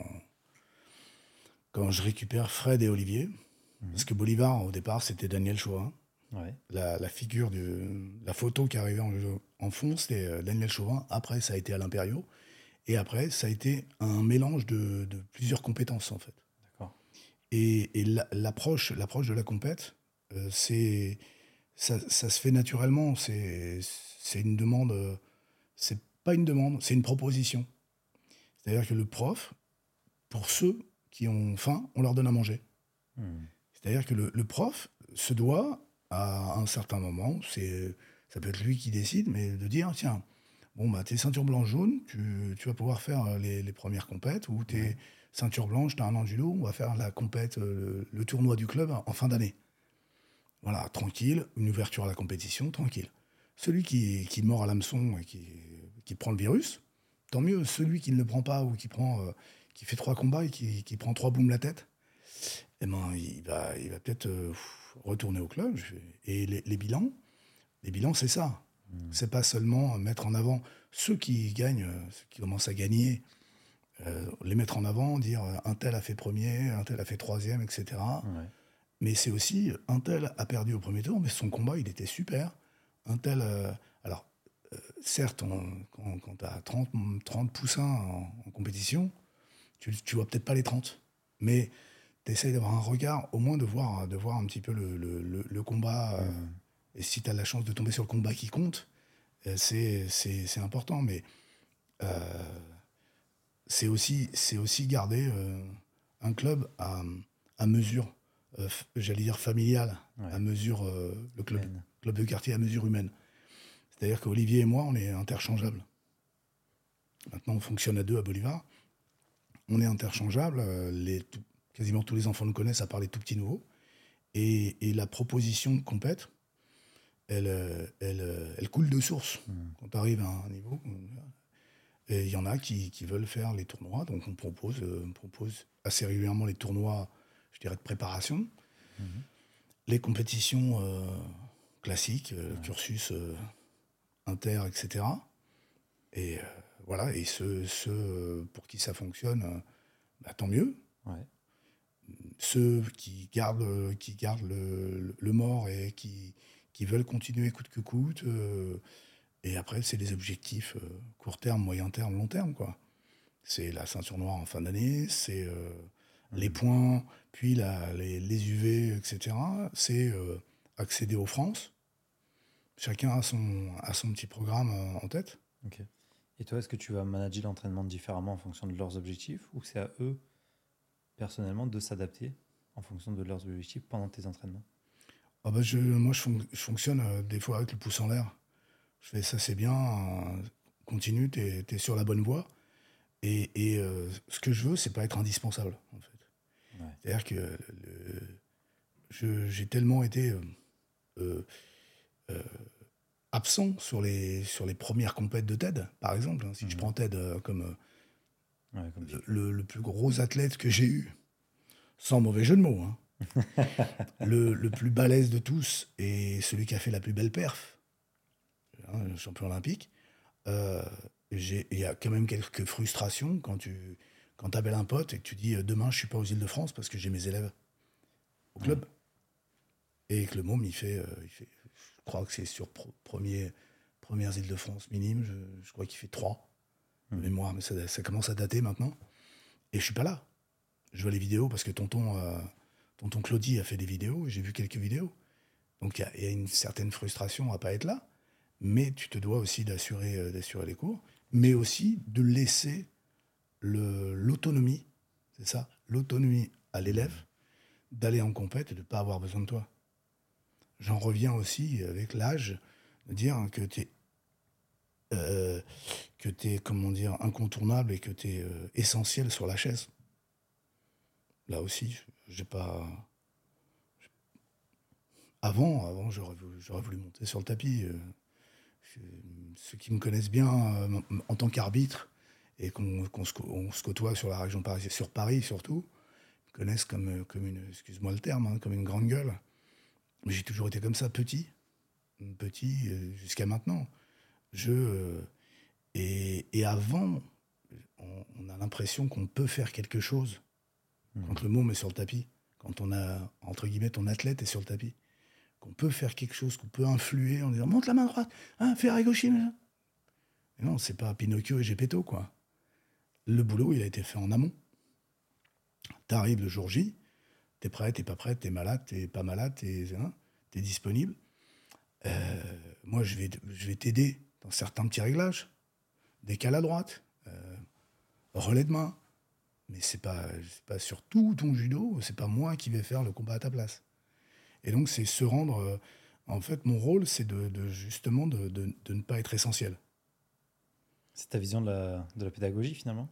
quand je récupère Fred et Olivier. Parce que Bolivar, au départ, c'était Daniel Chauvin. Ouais. La figure, la photo qui arrivait en fond, c'était Daniel Chauvin. Après, ça a été Alain Perriot. Et après, ça a été un mélange de plusieurs compétences, en fait. D'accord. Et l'approche de la compète, ça se fait naturellement. C'est une demande. C'est pas une demande, c'est une proposition. C'est-à-dire que le prof, pour ceux qui ont faim, on leur donne à manger. C'est-à-dire que le prof se doit, à un certain moment, ça peut être lui qui décide, mais de dire, tiens, bon, bah, t'es ceinture blanche-jaune, tu vas pouvoir faire les premières compètes, ou t'es ceinture blanche, t'as un an de judo, on va faire la compète, le tournoi du club en fin d'année. Voilà, tranquille, une ouverture à la compétition, tranquille. Celui qui mord à l'hameçon et qui prend le virus, tant mieux. Celui qui ne le prend pas ou qui fait 3 combats et qui prend 3 boumes la tête, eh ben, il va peut-être retourner au club. Et les bilans, c'est ça. C'est pas seulement mettre en avant ceux qui gagnent, ceux qui commencent à gagner, les mettre en avant, dire un tel a fait premier, un tel a fait troisième, etc. Ouais. Mais c'est aussi, un tel a perdu au premier tour, mais son combat, il était super. Un tel... alors, certes, quand tu as 30 poussins en compétition, tu vois peut-être pas les 30. Mais tu essayes d'avoir un regard, au moins de voir un petit peu le combat. Et si tu as la chance de tomber sur le combat qui compte, c'est important. Mais c'est aussi garder un club à mesure, j'allais dire familiale, Ouais. à mesure, le Humaine. club de quartier à mesure humaine. C'est-à-dire qu'Olivier et moi, on est interchangeables. Maintenant, on fonctionne à 2 à Bolivar. On est interchangeables. Quasiment tous les enfants nous connaissent, à part les tout petits nouveaux. Et la proposition de compète, elle coule de source. Quand tu arrives à un niveau, et il y en a qui veulent faire les tournois. Donc on propose assez régulièrement les tournois, je dirais, de préparation. Les compétitions classiques, cursus inter, etc. Et voilà, et ceux pour qui ça fonctionne, bah, tant mieux. Ouais. Ceux qui gardent le mort et qui veulent continuer coûte que coûte. Et après, c'est des objectifs court terme, moyen terme, long terme, quoi. C'est la ceinture noire en fin d'année, c'est les points, puis les UV, etc. C'est accéder aux France. Chacun a son petit programme en tête. Ok. Et toi, est-ce que tu vas manager l'entraînement différemment en fonction de leurs objectifs ou c'est à eux, personnellement, de s'adapter en fonction de leurs objectifs pendant tes entraînements? Ah bah moi, je fonctionne des fois avec le pouce en l'air. Je fais ça, c'est bien, continue, t'es sur la bonne voie. Et ce que je veux, c'est pas être indispensable, en fait. Ouais. C'est-à-dire que j'ai tellement été absent sur les premières compètes de TED, par exemple. Hein. Si je prends TED comme Ouais, comme le plus gros athlète que j'ai eu, sans mauvais jeu de mots, hein. Le plus balèze de tous et celui qui a fait la plus belle perf, hein, champion olympique. Il y a quand même quelques frustrations quand tu appelles un pote et que tu dis demain je suis pas aux Îles-de-France parce que j'ai mes élèves au club. Et que le môme il fait je crois que c'est sur premières Îles-de-France minimes, je crois qu'il fait 3 de mémoire, mais ça commence à dater maintenant. Et je suis pas là. Je vois les vidéos parce que tonton Claudie a fait des vidéos et j'ai vu quelques vidéos. Donc il y a une certaine frustration à pas être là, mais tu te dois aussi d'assurer les cours, mais aussi de laisser l'autonomie, c'est ça, l'autonomie à l'élève d'aller en compète et de ne pas avoir besoin de toi. j'en reviens aussi avec l'âge de dire que t'es comment dire, incontournable et que t'es essentiel sur la chaise. Là aussi, j'ai pas. Avant, j'aurais voulu monter sur le tapis. Je- Ceux qui me connaissent bien en tant qu'arbitre et on se côtoie sur la région parisienne, sur Paris surtout, me connaissent comme une, excuse-moi le terme, hein, comme une grande gueule. Mais j'ai toujours été comme ça, petit jusqu'à maintenant. Je et avant, on a l'impression qu'on peut faire quelque chose quand le môme est sur le tapis, quand on a entre guillemets ton athlète est sur le tapis, qu'on peut faire quelque chose, qu'on peut influer en disant monte la main droite, hein, fais à gauche. Mais non, c'est pas Pinocchio et Gepetto quoi. Le boulot, il a été fait en amont. T'arrives le jour J, t'es prêt, t'es pas prêt, t'es malade, t'es pas malade, t'es disponible. Moi, je vais t'aider dans certains petits réglages. Décale à droite, relais de main. Mais c'est pas sur tout ton judo, c'est pas moi qui vais faire le combat à ta place. Et donc, c'est se rendre. En fait, mon rôle, c'est justement de ne pas être essentiel. C'est ta vision de la pédagogie finalement?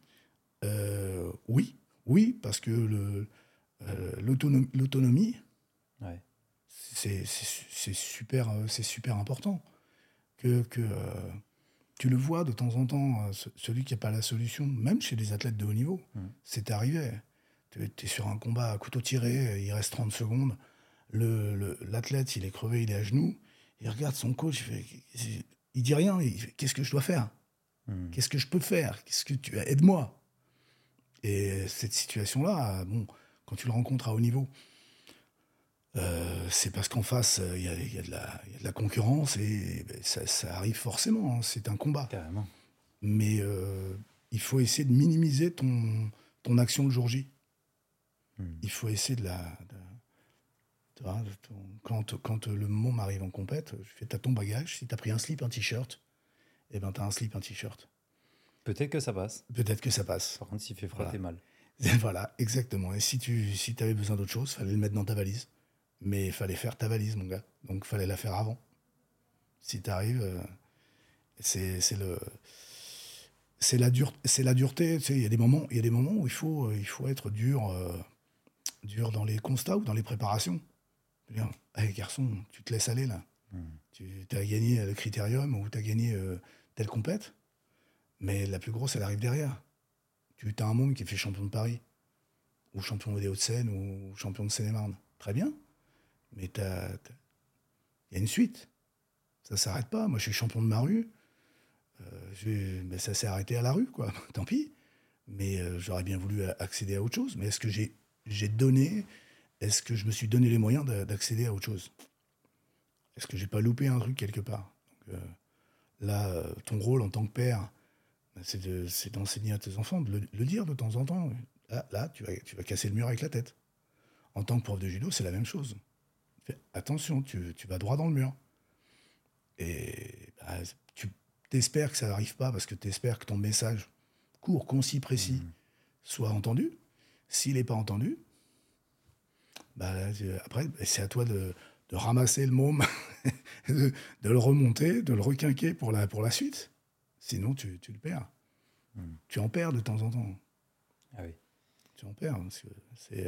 Oui, parce que l'autonomie, Ouais. c'est super important. Que tu le vois de temps en temps, celui qui n'a pas la solution, même chez des athlètes de haut niveau, c'est arrivé. Tu es sur un combat à couteau tiré, il reste 30 secondes, l'athlète, il est crevé, il est à genoux, il regarde son coach, il dit rien, il fait, qu'est-ce que je dois faire? Qu'est-ce que je peux faire? Aide-moi. Et cette situation-là, bon, quand tu le rencontres à haut niveau, c'est parce qu'en face, il y a de la concurrence et ben, ça arrive forcément, hein, c'est un combat. Carrément. Mais il faut essayer de minimiser ton action le jour J. Il faut essayer tu vois, quand le môme arrive en compète, je fais t'as ton bagage, si t'as pris un slip, un t-shirt, eh ben t'as un slip, un t-shirt. Peut-être que ça passe. Peut-être que ça passe. Par contre, s'il fait froid, Voilà. t'es mal. Voilà, exactement. Et si t'avais besoin d'autre chose, fallait le mettre dans ta valise. Mais il fallait faire ta valise, mon gars. Donc il fallait la faire avant. Si t'arrives, c'est la dureté. Tu sais, il y a des moments où il faut être dur dans les constats ou dans les préparations. Je veux dire, hey, garçon, tu te laisses aller là. Tu as gagné le critérium ou tu as gagné telle compète, mais la plus grosse, elle arrive derrière. Tu as un môme qui fait champion de Paris, ou champion des Hauts-de-Seine, ou champion de Seine-et-Marne. Très bien, mais il y a une suite. Ça s'arrête pas. Moi, je suis champion de ma rue. Ben, ça s'est arrêté à la rue, quoi. Tant pis. Mais j'aurais bien voulu accéder à autre chose. Mais est-ce que est-ce que je me suis donné les moyens d'accéder à autre chose? Est-ce que j'ai pas loupé un truc quelque part? Donc, là, ton rôle en tant que père, ben, c'est d'enseigner à tes enfants, de le dire de temps en temps. Là, tu vas casser le mur avec la tête. En tant que prof de judo, c'est la même chose. Fais attention, tu vas droit dans le mur. Et bah, tu t'espères que ça n'arrive pas parce que tu espères que ton message court, concis, précis soit entendu. S'il n'est pas entendu, bah, après, c'est à toi de ramasser le môme, de le remonter, de le requinquer pour la suite. Sinon, tu le perds. Tu en perds de temps en temps. Ah oui. Tu en perds. Parce que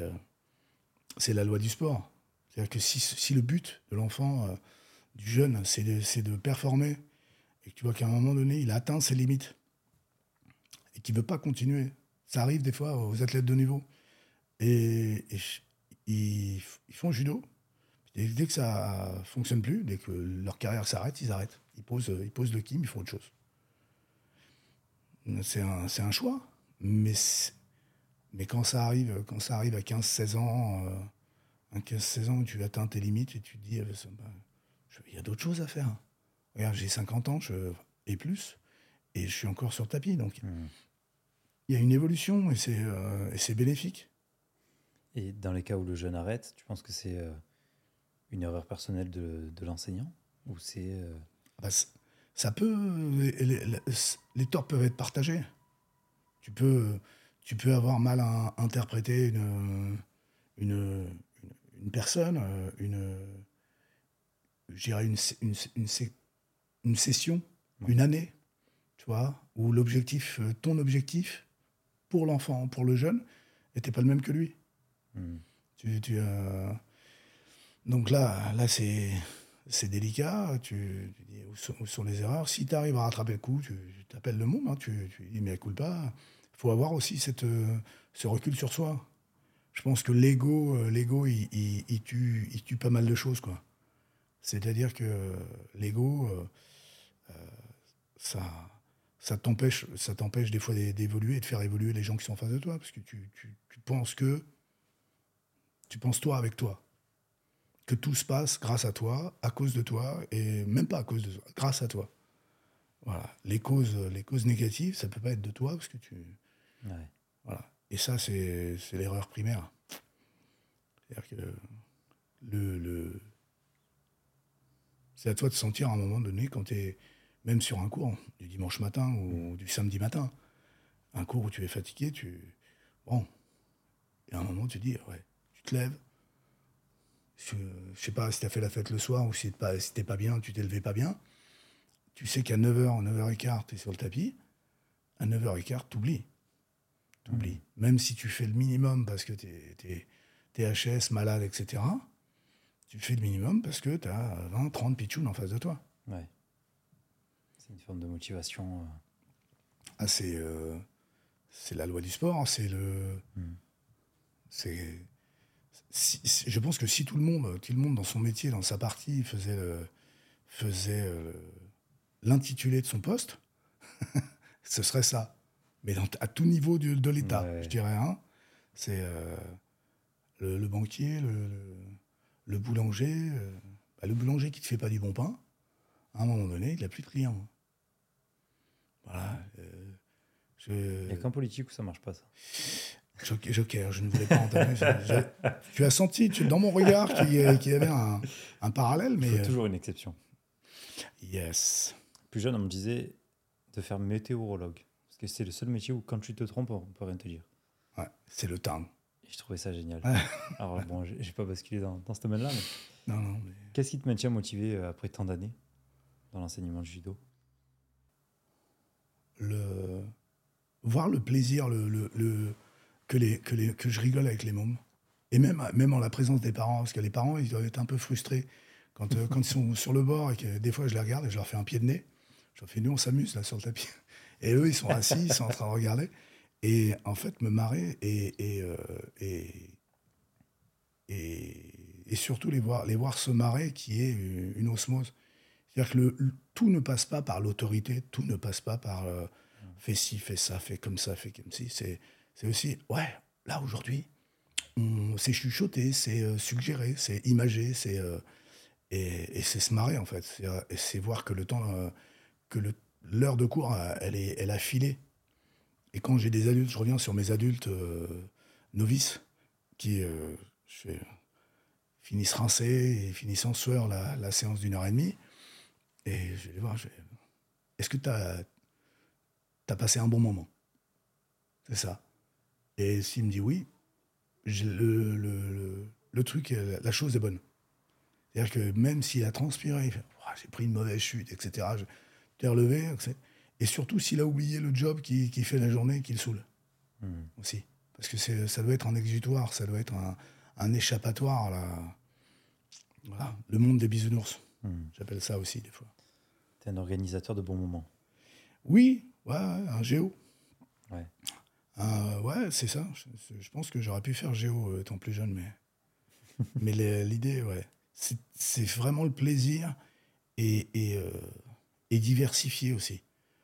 c'est la loi du sport. C'est-à-dire que si le but de l'enfant, du jeune, c'est de performer, et que tu vois qu'à un moment donné, il a atteint ses limites, et qu'il ne veut pas continuer, ça arrive des fois aux athlètes de niveau, et ils font judo, et dès que ça ne fonctionne plus, dès que leur carrière s'arrête, ils arrêtent. Ils posent le kim, ils font autre chose. C'est un choix, mais quand ça arrive à 15-16 ans, à 15-16 ans où tu atteins tes limites et tu te dis, il y a d'autres choses à faire. Regarde, j'ai 50 ans et plus, et je suis encore sur le tapis. Donc, il y a une évolution et c'est bénéfique. Et dans les cas où le jeune arrête, tu penses que c'est une erreur personnelle de l'enseignant? Ou c'est... Ça peut... Les torts peuvent être partagés. Tu peux avoir mal interprété une personne, je dirais une session, une année, tu vois, où ton objectif pour l'enfant, pour le jeune, n'était pas le même que lui. Donc là c'est délicat. Tu dis où sont les erreurs. Si tu arrives à rattraper le coup, tu t'appelles le môme, hein, tu dis mais écoute pas. Il faut avoir aussi ce recul sur soi. Je pense que l'ego, il tue pas mal de choses, quoi. C'est-à-dire que l'ego, ça, ça t'empêche des fois d'évoluer et de faire évoluer les gens qui sont en face de toi, parce que tu penses toi avec toi, que tout se passe grâce à toi, à cause de toi, et même pas à cause de toi, grâce à toi. Voilà. Les causes négatives, ça peut pas être de toi, parce que Ouais. voilà. Et ça, c'est l'erreur primaire. C'est-à-dire que c'est à toi de sentir à un moment donné, quand tu es même sur un cours du dimanche matin ou du samedi matin, un cours où tu es fatigué, bon, et à un moment tu dis, ouais, tu te lèves. Je sais pas si tu as fait la fête le soir ou si t'es pas bien, tu t'es levé pas bien. Tu sais qu'à 9h, 9h15, tu es sur le tapis. À 9h15, t'oublies. Même si tu fais le minimum parce que t'es HS, malade, etc., tu fais le minimum parce que tu as 20, 30 pitchouns en face de toi. Ouais. C'est une forme de motivation. Ah, c'est la loi du sport. Je pense que si tout le monde dans son métier, dans sa partie, faisait l'intitulé de son poste, ce serait ça. Mais à tout niveau de l'État, Ouais. je dirais. Hein, c'est le banquier, le boulanger. Le boulanger qui ne te fait pas du bon pain, à un moment donné, il n'a plus de clients. Voilà. Il n'y a qu'en politique où ça marche pas, ça. Joker, je ne voulais pas entamer. Tu as senti dans mon regard qu'il y avait un parallèle, mais... Il faut toujours une exception. Yes. Plus jeune, on me disait de faire météorologue. Parce que c'est le seul métier où quand tu te trompes, on peut rien te dire. Ouais, c'est le terme. Et je trouvais ça génial. Ouais. Alors bon, j'ai pas basculé dans ce domaine-là, mais... Non, mais... Qu'est-ce qui te maintient motivé après tant d'années dans l'enseignement du judo? Voir le plaisir, que je rigole avec les mômes. Et même en la présence des parents, parce que les parents, ils doivent être un peu frustrés quand ils sont sur le bord et que des fois je les regarde et je leur fais un pied de nez. Je leur fais, nous on s'amuse là sur le tapis. Et eux, ils sont assis, ils sont en train de regarder. Et en fait, me marrer et surtout les voir se marrer, qui est une osmose. C'est-à-dire que tout ne passe pas par l'autorité, tout ne passe pas par fais ci, fais ça, fais comme ça, fais comme ci. C'est aussi, ouais, là aujourd'hui, c'est chuchoter, c'est suggérer, c'est imager, et c'est se marrer en fait. C'est voir que le temps, l'heure de cours, elle a filé. Et quand j'ai des adultes, je reviens sur mes adultes novices qui finissent rincés et finissent en sueur la séance d'1h30. Et je vais les voir, est-ce que tu as passé un bon moment? C'est ça. Et s'il me dit oui, le truc, la chose est bonne. C'est-à-dire que même s'il a transpiré, il fait, oh, j'ai pris une mauvaise chute, etc., je t'ai relevé, etc. Et surtout s'il a oublié le job qui fait la journée, qui le saoule. Aussi. Parce que ça doit être un exutoire, ça doit être un échappatoire, là. Voilà, le monde des bisounours. J'appelle ça aussi, des fois. T'es un organisateur de bons moments. Oui, ouais, un géo. Ouais. Ouais, c'est ça. Je pense que j'aurais pu faire géo étant plus jeune, mais l'idée, ouais. C'est vraiment le plaisir et diversifier aussi.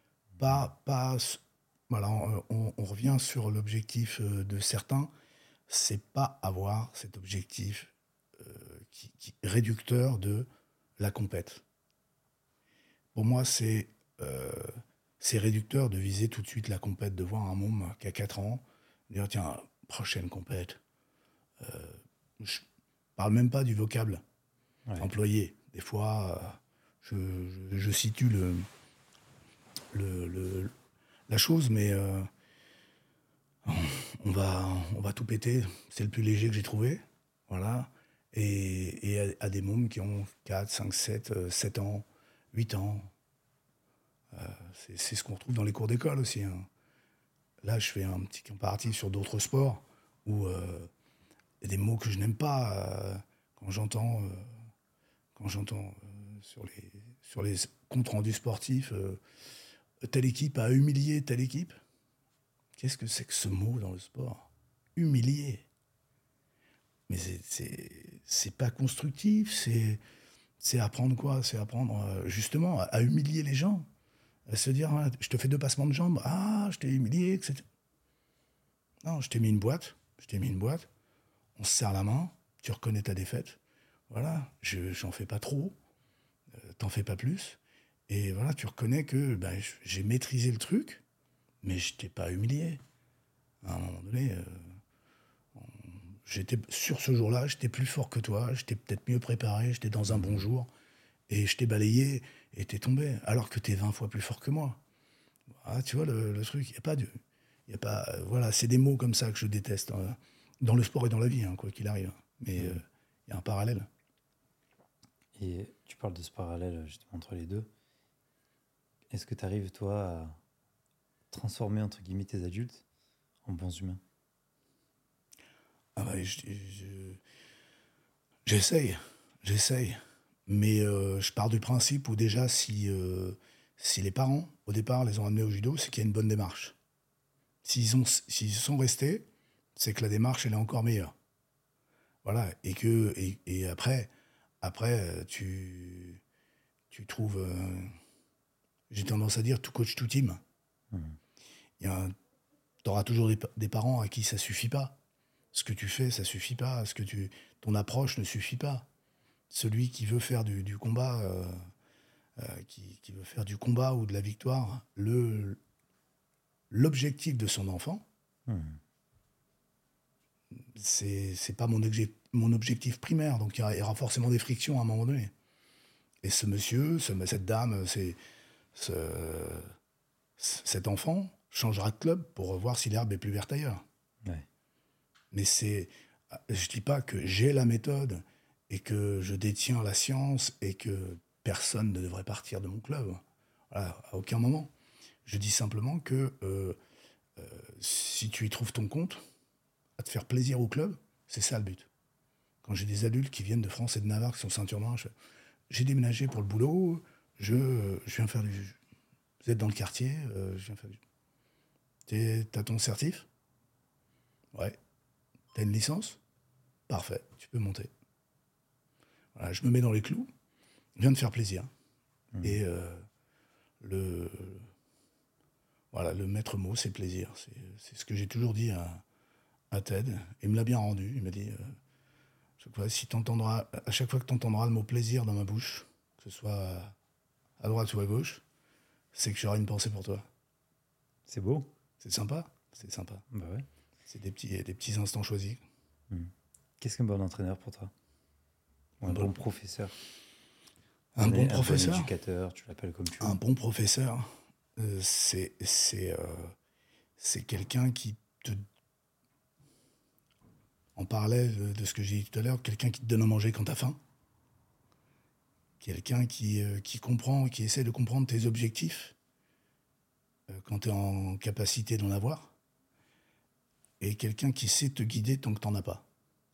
Voilà, on revient sur l'objectif de certains. C'est pas avoir cet objectif qui réducteur de la compète. Pour moi, c'est réducteur de viser tout de suite la compète, de voir un môme qui a 4 ans, dire tiens, prochaine compète. Je parle même pas du vocable employé. Des fois, je situe la chose, mais on va tout péter. C'est le plus léger que j'ai trouvé. Voilà. Et à des mômes qui ont 4, 5, 7 ans, 8 ans. C'est ce qu'on retrouve dans les cours d'école aussi. Hein. Là, je fais un petit comparatif sur d'autres sports où il y a des mots que je n'aime pas quand j'entends sur les comptes rendus sportifs telle équipe a humilié telle équipe. Qu'est-ce que c'est que ce mot dans le sport? Humilier. Mais c'est pas constructif, c'est apprendre quoi? C'est apprendre justement à humilier les gens, à se dire ah, je te fais 2 passements de jambes, ah je t'ai humilié, etc. Non, je t'ai mis une boîte, on se serre la main, tu reconnais ta défaite, voilà, j'en fais pas trop, t'en fais pas plus, et voilà, tu reconnais que ben, j'ai maîtrisé le truc, mais je t'ai pas humilié. À un moment donné, j'étais sur ce jour-là, j'étais plus fort que toi, j'étais peut-être mieux préparé, j'étais dans un bon jour, et je t'ai balayé et t'es tombé, alors que t'es 20 fois plus fort que moi. Ah, tu vois le truc, il n'y a pas de... Y a pas, voilà, c'est des mots comme ça que je déteste, dans le sport et dans la vie, hein, quoi qu'il arrive. Mais il y a un parallèle. Et tu parles de ce parallèle justement entre les deux. Est-ce que tu arrives, toi, à transformer, entre guillemets, tes adultes en bons humains? Ah ouais, j'essaye. Mais je pars du principe où déjà, si les parents, au départ, les ont amenés au judo, c'est qu'il y a une bonne démarche. S'ils sont restés, c'est que la démarche, elle est encore meilleure. Voilà. Et après tu trouves... j'ai tendance à dire tout coach, tout team. Tu auras toujours des parents à qui ça suffit pas. Ce que tu fais, ça suffit pas. Ton approche ne suffit pas. Celui qui veut faire du combat, qui veut faire du combat ou de la victoire, l'objectif de son enfant, c'est pas mon objectif primaire. Donc il y aura forcément des frictions à un moment donné. Et ce monsieur, cette dame, cet enfant changera de club pour voir si l'herbe est plus verte ailleurs. Ouais. Mais je dis pas que j'ai la méthode et que je détiens la science et que personne ne devrait partir de mon club. Voilà, à aucun moment. Je dis simplement que si tu y trouves ton compte, à te faire plaisir au club, c'est ça le but. Quand j'ai des adultes qui viennent de France et de Navarre, qui sont ceinture noire, j'ai déménagé pour le boulot, je viens faire du... Vous êtes dans le quartier, je viens faire du... T'as ton certif? Ouais. T'as une licence? Parfait, tu peux monter. Voilà, je me mets dans les clous, je viens de faire plaisir. Et le maître mot, c'est plaisir. C'est ce que j'ai toujours dit à Ted. Il me l'a bien rendu. Il m'a dit à chaque fois que tu entendras le mot plaisir dans ma bouche, que ce soit à droite ou à gauche, c'est que j'aurai une pensée pour toi. C'est beau. C'est sympa. C'est sympa. Bah ouais. C'est des petits instants choisis. Qu'est-ce qu'un bon entraîneur pour toi? Ou un bon professeur? Un bon professeur? Un bon éducateur, tu l'appelles comme tu veux. Un bon professeur, c'est quelqu'un qui te... En parallèle de ce que j'ai dit tout à l'heure, quelqu'un qui te donne à manger quand t'as faim. Quelqu'un qui comprend, qui essaie de comprendre tes objectifs quand tu es en capacité d'en avoir. Et quelqu'un qui sait te guider tant que t'en as pas.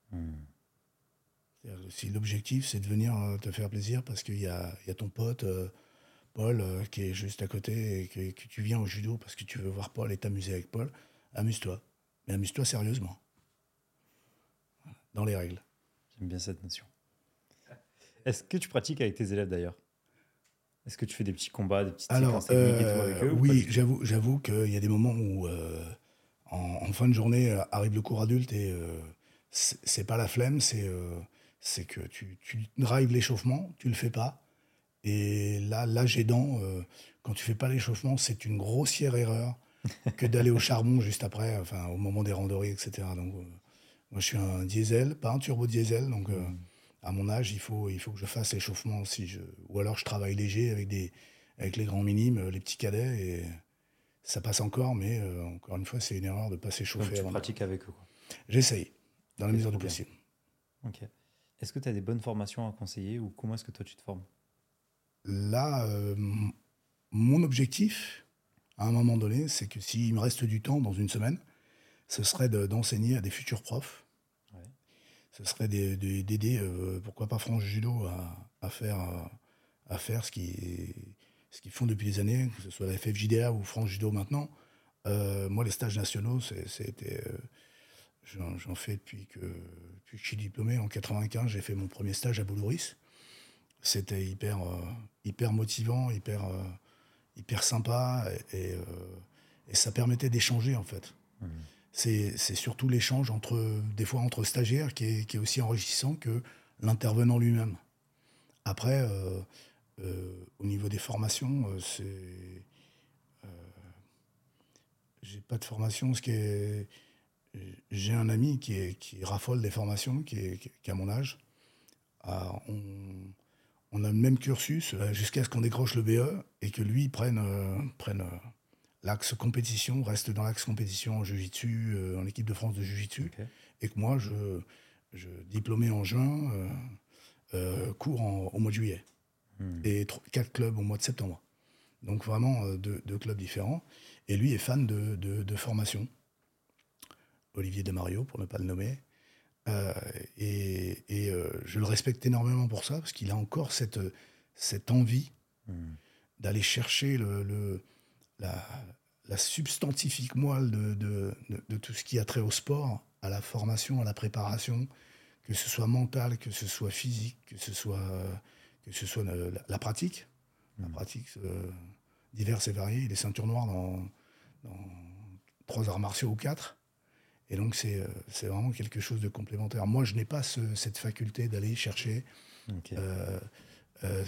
Si l'objectif, c'est de venir te faire plaisir parce qu'il y a ton pote... Paul, qui est juste à côté, et que tu viens au judo parce que tu veux voir Paul et t'amuser avec Paul, amuse-toi. Mais amuse-toi sérieusement. Dans les règles. J'aime bien cette notion. Est-ce que tu pratiques avec tes élèves d'ailleurs? Est-ce que tu fais des petits combats, des petites séquences techniques et tout avec eux? Oui, j'avoue qu'il y a des moments où, en fin de journée, arrive le cours adulte et c'est pas la flemme, c'est que tu drives l'échauffement, tu le fais pas. Et là, l'âge aidant, quand tu fais pas l'échauffement, c'est une grossière erreur que d'aller au charbon juste après, enfin au moment des randonnées, etc. Donc, moi, je suis un diesel, pas un turbo diesel, donc à mon âge, il faut que je fasse l'échauffement aussi. Ou alors je travaille léger avec les grands minimes, les petits cadets, et ça passe encore, mais encore une fois, c'est une erreur de pas s'échauffer. Donc tu pratiques avec eux, quoi. J'essaye, dans la mesure du possible. Ok. Est-ce que tu as des bonnes formations à conseiller ou comment est-ce que toi tu te formes? Là, mon objectif, à un moment donné, c'est que s'il me reste du temps dans une semaine, ce serait d'enseigner à des futurs profs. Ouais. Ce serait d'aider, pourquoi pas France Judo, à faire ce qu'ils font depuis des années, que ce soit la FFJDA ou France Judo maintenant. Moi, les stages nationaux, j'en fais depuis que je suis diplômé. En 95, j'ai fait mon premier stage à Boulouris. C'était hyper motivant, hyper sympa, et ça permettait d'échanger, en fait. Mmh. C'est surtout l'échange des fois entre stagiaires qui est aussi enrichissant que l'intervenant lui-même. Après, au niveau des formations, j'ai pas de formation. J'ai un ami qui raffole des formations, qui a mon âge. Ah, on a le même cursus jusqu'à ce qu'on décroche le BE et que lui prenne l'axe compétition, reste dans l'axe compétition en jiu-jitsu, en équipe de France de jiu-jitsu, Ok. et que moi, diplômé en juin, cours au mois de juillet, Mmh. et 4 clubs au mois de septembre. Donc vraiment deux clubs différents. Et lui est fan de formation. Olivier Demario, pour ne pas le nommer. Euh, je le respecte énormément pour ça, parce qu'il a encore cette envie Mmh. d'aller chercher la, la substantifique moelle de tout ce qui a trait au sport, à la formation, à la préparation, que ce soit mental, que ce soit physique, que ce soit la pratique. La pratique diverses et variées. Il est ceinture noire dans 3 arts martiaux ou 4. Et donc, c'est vraiment quelque chose de complémentaire. Moi, je n'ai pas cette faculté d'aller chercher. Ok. Euh,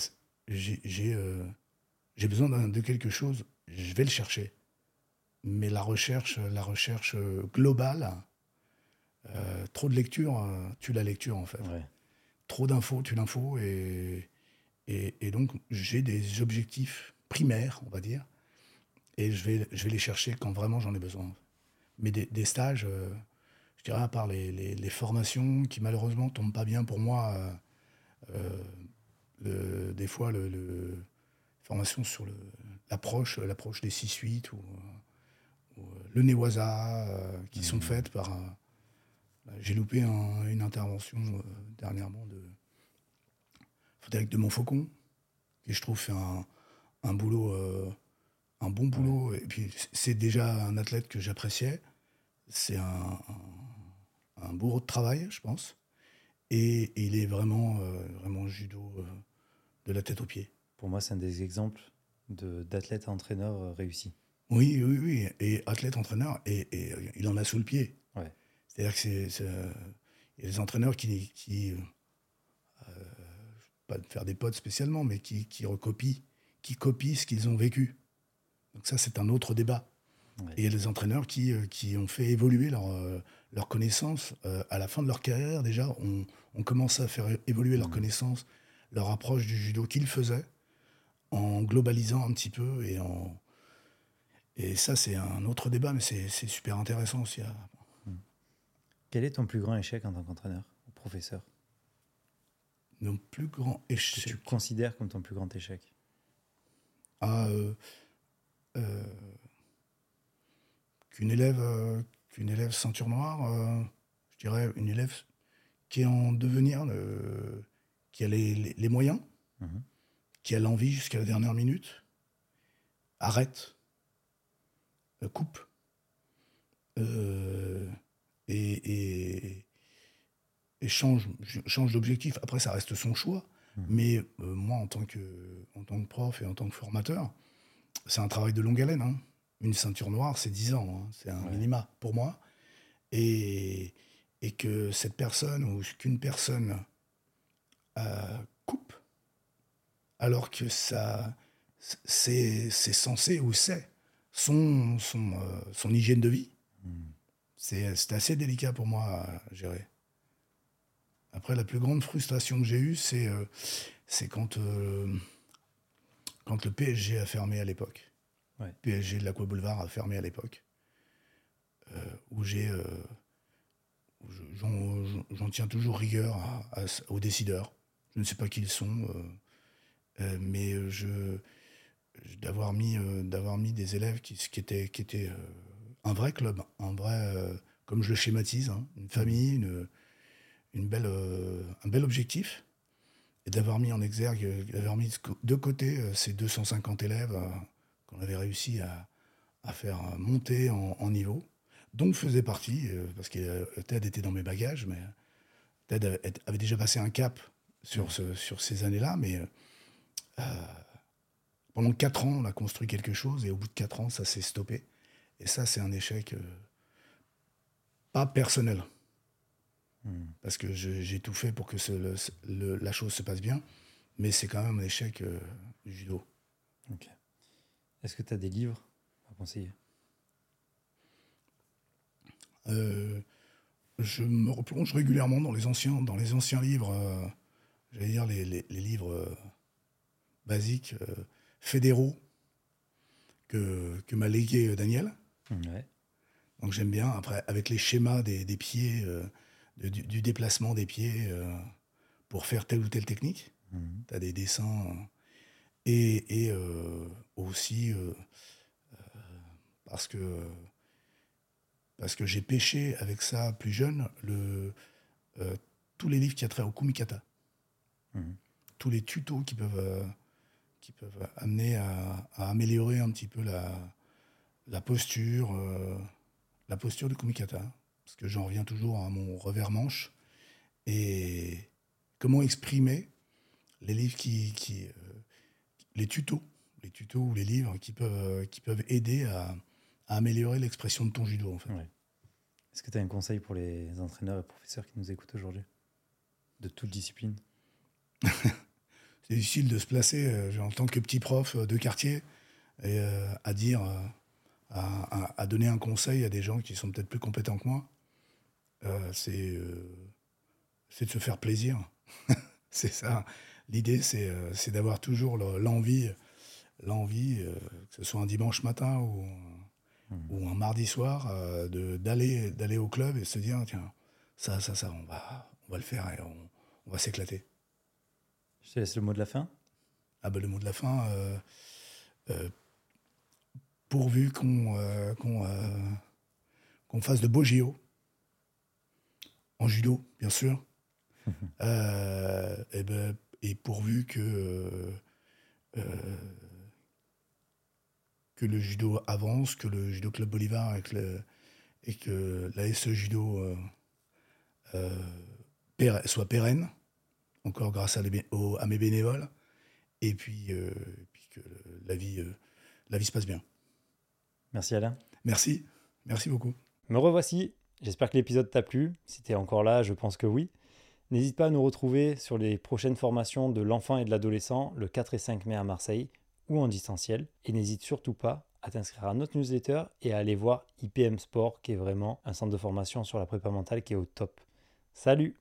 j'ai besoin de quelque chose, je vais le chercher. Mais la recherche globale, trop de lecture tue la lecture, en fait. Ouais. Trop d'infos tue l'info. Et donc, j'ai des objectifs primaires, on va dire. Et je vais les chercher quand vraiment j'en ai besoin. Mais des stages, je dirais, à part les formations qui malheureusement tombent pas bien pour moi, des fois, formation sur l'approche des 6-8 ou le Newaza, qui sont faites par. J'ai loupé une intervention dernièrement de Frédéric de Montfaucon, qui je trouve fait un boulot, un bon boulot. Ouais. Et puis c'est déjà un athlète que j'appréciais. C'est un bourreau de travail, je pense. Et il est vraiment judo de la tête aux pieds. Pour moi, c'est un des exemples d'athlète à entraîneur réussi. Oui, oui, oui. Et athlète-entraîneur, et il en a sous le pied. Ouais. C'est-à-dire que il y a des entraîneurs qui pas de faire des potes spécialement, mais qui copient ce qu'ils ont vécu. Donc ça, c'est un autre débat. Ouais. Et il y a des entraîneurs qui ont fait évoluer leur connaissance. À la fin de leur carrière, déjà, on commence à faire évoluer leur connaissance, leur approche du judo qu'ils faisaient, en globalisant un petit peu. Et ça, c'est un autre débat, mais c'est super intéressant aussi. Quel est ton plus grand échec en tant qu'entraîneur ou professeur? Mon plus grand Que échec. tu considères comme ton plus grand échec? Qu'une élève ceinture noire, je dirais une élève qui est en devenir, qui a les moyens, qui a l'envie jusqu'à la dernière minute, arrête, coupe, et change d'objectif. Après, ça reste son choix, mais moi, en tant que prof et en tant que formateur, c'est un travail de longue haleine, hein. Une ceinture noire, c'est 10 ans, hein. C'est un minima pour moi. Et que cette personne ou qu'une personne coupe, alors que ça, c'est censé ou c'est son hygiène de vie, c'est assez délicat pour moi à gérer. Après, la plus grande frustration que j'ai eue, c'est quand le PSG a fermé à l'époque. Ouais. PSG de l'Aqua Boulevard a fermé à l'époque. Où j'en tiens toujours rigueur aux décideurs. Je ne sais pas qui ils sont, mais d'avoir mis des élèves qui étaient un vrai club, comme je le schématise, hein, une famille, un bel objectif, et d'avoir mis en exergue, d'avoir mis de côté ces 250 élèves qu'on avait réussi à faire monter en niveau, dont faisait partie, parce que Ted était dans mes bagages, mais Ted avait déjà passé un cap sur ces années-là, mais pendant 4 ans, on a construit quelque chose, et au bout de 4 ans, ça s'est stoppé. Et ça, c'est un échec pas personnel, parce que j'ai tout fait pour que la chose se passe bien, mais c'est quand même un échec du judo. Ok. Est-ce que tu as des livres à conseiller? Je me replonge régulièrement dans les anciens livres, j'allais dire les livres basiques, fédéraux, que m'a légué Daniel. Ouais. Donc j'aime bien, après, avec les schémas des pieds, du déplacement des pieds pour faire telle ou telle technique. Tu as des dessins. Et aussi parce que j'ai pêché avec ça plus jeune, tous les livres qui a trait au kumikata. Tous les tutos qui peuvent amener à améliorer un petit peu la posture du kumikata. Parce que j'en reviens toujours à mon revers manche. Et comment exprimer les livres les tutos ou les livres qui peuvent aider à améliorer l'expression de ton judo, en fait. Ouais. Est-ce que tu as un conseil pour les entraîneurs et professeurs qui nous écoutent aujourd'hui, de toute discipline? C'est difficile de se placer en tant que petit prof de quartier et à dire, à donner un conseil à des gens qui sont peut-être plus compétents que moi. C'est de se faire plaisir. C'est ça. L'idée, c'est d'avoir toujours l'envie, que ce soit un dimanche matin ou un mardi soir, d'aller au club et se dire, tiens, ça, on va le faire et on va s'éclater. Je te laisse le mot de la fin. Ah ben, le mot de la fin, pourvu qu'on fasse de beaux JO, en judo, bien sûr, et pourvu que le judo avance, que le Judo Club Bolivar et que la SE Judo soit pérenne, encore grâce à mes bénévoles, et puis que la vie se passe bien. Merci Alain. Merci beaucoup. Me revoici, j'espère que l'épisode t'a plu. Si t'es encore là, je pense que oui. N'hésite pas à nous retrouver sur les prochaines formations de l'enfant et de l'adolescent le 4 et 5 mai à Marseille ou en distanciel. Et n'hésite surtout pas à t'inscrire à notre newsletter et à aller voir IPM Sport, qui est vraiment un centre de formation sur la prépa mentale qui est au top. Salut!